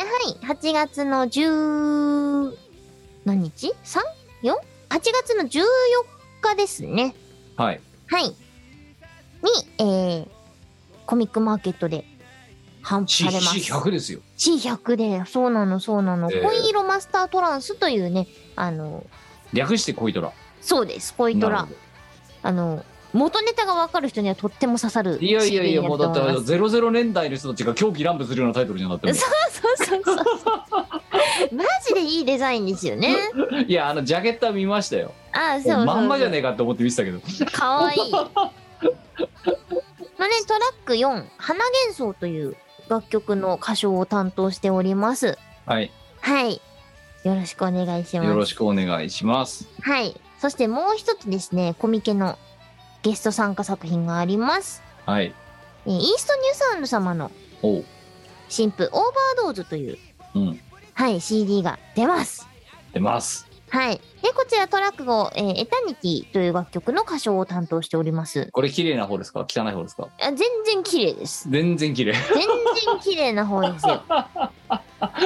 はちがつのじゅう、何日 ?さん?よん? はちがつのじゅうよっかですね。 はい。 はい。に、えー、コミックマーケットで販布されます。 シーひゃく ですよ。 シーひゃく で、そうなの、そうなの。えー、恋色マスタートランスというね、あの、 略して恋トラ。 そうです、恋トラ。あの、元ネタが分かる人にはとっても刺さる。 いやいやいや、もうだってゼロゼロねんだいの人たちが狂気乱舞するようなタイトルじゃなくて。 そうそうそうそう。マジでいいデザインですよね。 いや、あの、ジャケットは見ましたよ。 ああ、そうそうそう。 まんまじゃねえかって思って見てたけど。 かわいい。まあね、トラックよん、花幻想という楽曲の歌唱を担当しております。 はい。 はい。よろしくお願いします。 よろしくお願いします。 はい。そしてもう一つですね、コミケのゲスト参加作品があります。 はい。 えー、イーストニューサウンド様の新譜、オーバードーズという、 うん、 はい、シーディー が出ます。 出ます。 はい。で、こちらトラックご、えー、エタニティという楽曲の歌唱を担当しております。 これ綺麗な方ですか？汚い方ですか？ あ、全然綺麗です。 全然綺麗。 全然綺麗な方ですよ。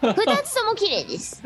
ふたつとも綺麗です。で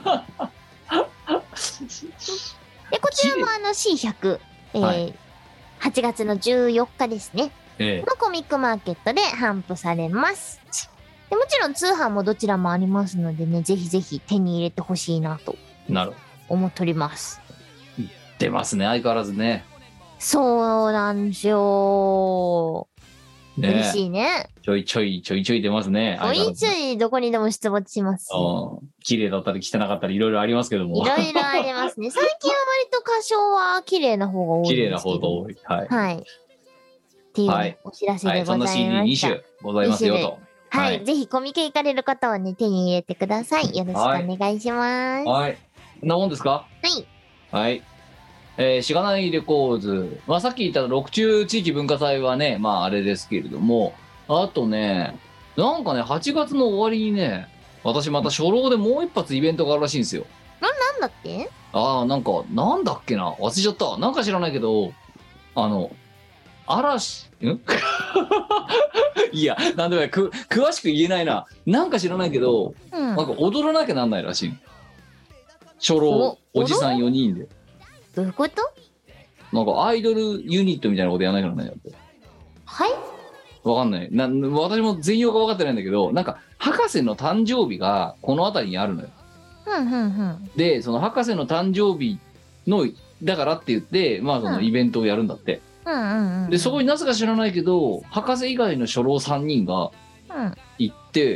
こちらもあの シーひゃく、えーはい、はちがつのじゅうよっかですね、ええ、のコミックマーケットで頒布されます。でもちろん通販もどちらもありますのでね、ぜひぜひ手に入れてほしいなと思っております。 出ますね、相変わらずね。 そうなんですよ。ね、嬉しいね。 ちょいちょいちょいちょい出ますね。 ちょいちょいどこにでも出没します。 綺麗だったり汚かったりいろいろありますけども。 いろいろありますね。最近は割と歌唱は綺麗な方が多いですけど。 綺麗な方が多い。はい。 はい。っていう、ね、お知らせでございました。はい、はい、そんな シーディーに 種ございますよと。 はい、はい、ぜひコミケ行かれる方はね、手に入れてください。よろしくお願いします。 はい。はい、こんなもんですか？ はい。 はい。えー、しがないレコーズ。まあ、さっき言った六中地域文化祭はね、まあ、あれですけれども、あとね、なんかね、はちがつの終わりにね、私また初老でもう一発イベントがあるらしいんですよ。 な、なんだっけ？ ああ、なんか、なんだっけな、忘れちゃった。なんか知らないけど、あの、嵐、んいや、なんでもない、く、詳しく言えないな。なんか知らないけど、うん、なんか踊らなきゃなんないらしい。初老、おじさんよにんで。 どういうこと？ なんかアイドルユニットみたいなことやらないからね。 はい？ わかんないな。私も全容が分かってないんだけど、なんか博士の誕生日がこの辺りにあるのよ。 うんうんうん、 で、その博士の誕生日のだからって言って、まあそのイベントをやるんだって。 うんうんうん、 で、そこになぜか知らないけど、博士以外の初老さんにんが行って、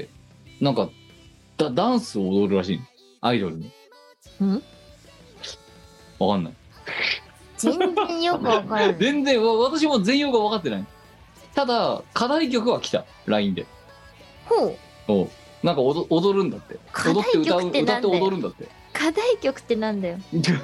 うん、なんかダダンスを踊るらしい。アイドルに。 ん？ わかんない。 全然よくわからない。 全然、私も全容が分かってない。ただ、課題曲は来た。ライン で。 ほう。 おう。なんか踊踊るんだって。踊って歌う、歌って踊るんだって。 課題曲ってなんだよ。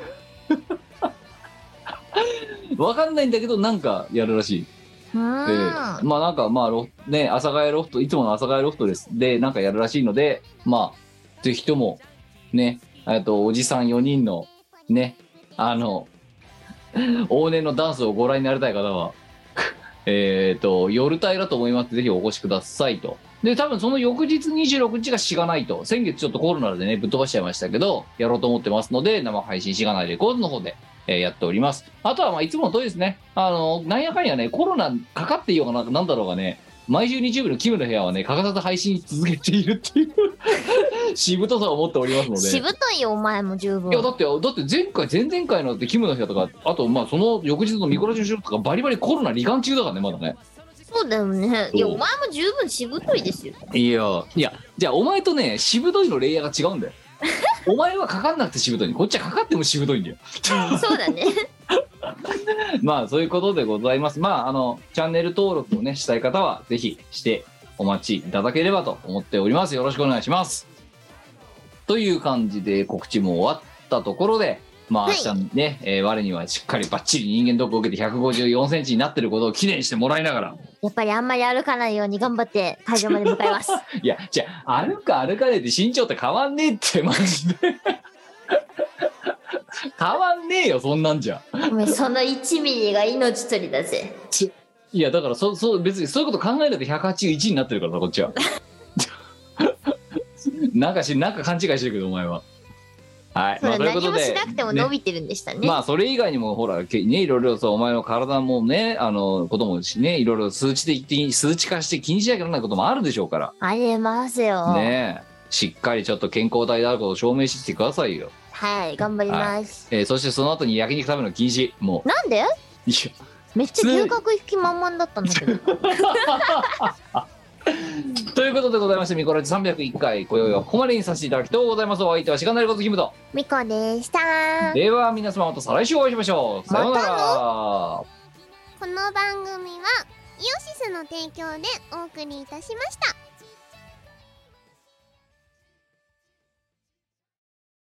わかんないんだけど、なんかやるらしい。で、まあなんか、まあロ、ね、阿佐ヶ谷ロフト、いつもの阿佐ヶ谷ロフトです。で、なんかやるらしいので、まあ、ぜひとも、ね、えっと、おじさんよにんの、ね、あの、往年のダンスをご覧になりたい方は、えっと、夜帯だと思います。ぜひお越しくださいと。で、多分その翌日にじゅうろくにちがしがないと。先月ちょっとコロナでね、ぶっ飛ばしちゃいましたけど、やろうと思ってますので、生配信しがないレコードの方で、えー、やっております。あとは、まあ、いつもの通りですね。あの、なんやかんやね、コロナかかっていようがな、なんだろうがね、毎週日曜日のキムの部屋はね、欠かさず配信続けているっていうしぶとさを持っておりますので。 しぶといよ、お前も十分。 いや、だって、だって前回、前々回のってキムの部屋とか、あと、まあ、その翌日のミコラジの収録とか、バリバリコロナ罹患中だからね、まだね。 そうだよね。いや、お前も十分しぶといですよ。 いや、いや、じゃあ、お前とね、しぶといのレイヤーが違うんだよ。お前はかかんなくてしぶとい。こっちはかかってもしぶといんだよ。 そうだね。 まあそういうことでございます。まああのチャンネル登録をねしたい方はぜひしてお待ちいただければと思っております。よろしくお願いします。という感じで告知も終わったところで、まあ明日ね、はい、えー、我にはしっかりバッチリ人間ドックを受けてひゃくごじゅうよんセンチになってることを記念してもらいながら、 やっぱりあんまり歩かないように頑張って会場まで向かいます。 いや、じゃあ歩くか歩かないで身長って変わんねえってマジで。変わんねえよそんなんじゃ。 お前そのいちミリが命取りだぜ。 いやだからそそ別にそういうこと考えないとひゃくはちじゅういちになってるからさこっちは。なんかしなんか勘違いしてるけどお前は。はい。 まあ、何もしなくても伸びてるんでしたね。 ね、まあそれ以外にもほらねいろいろそうお前の体もねあのこともねいろいろ数値的に数値化して気にしなきゃならないこともあるでしょうから。 ありますよ。 ねえしっかりちょっと健康体であることを証明してくださいよ。 はい頑張ります。 はい、えー、そしてその後に焼肉食べるの禁止もう。 なんで？いやめっちゃ牛角引き満々だったんだけど。 ということでございましてミコラジさんびゃくいっかい今宵はここまでにさせていただきとうございます。お相手はしがないことキムとミコでした。 では皆様また再来週お会いしましょう。さようなら。 この番組はイオシスの提供でお送りいたしました。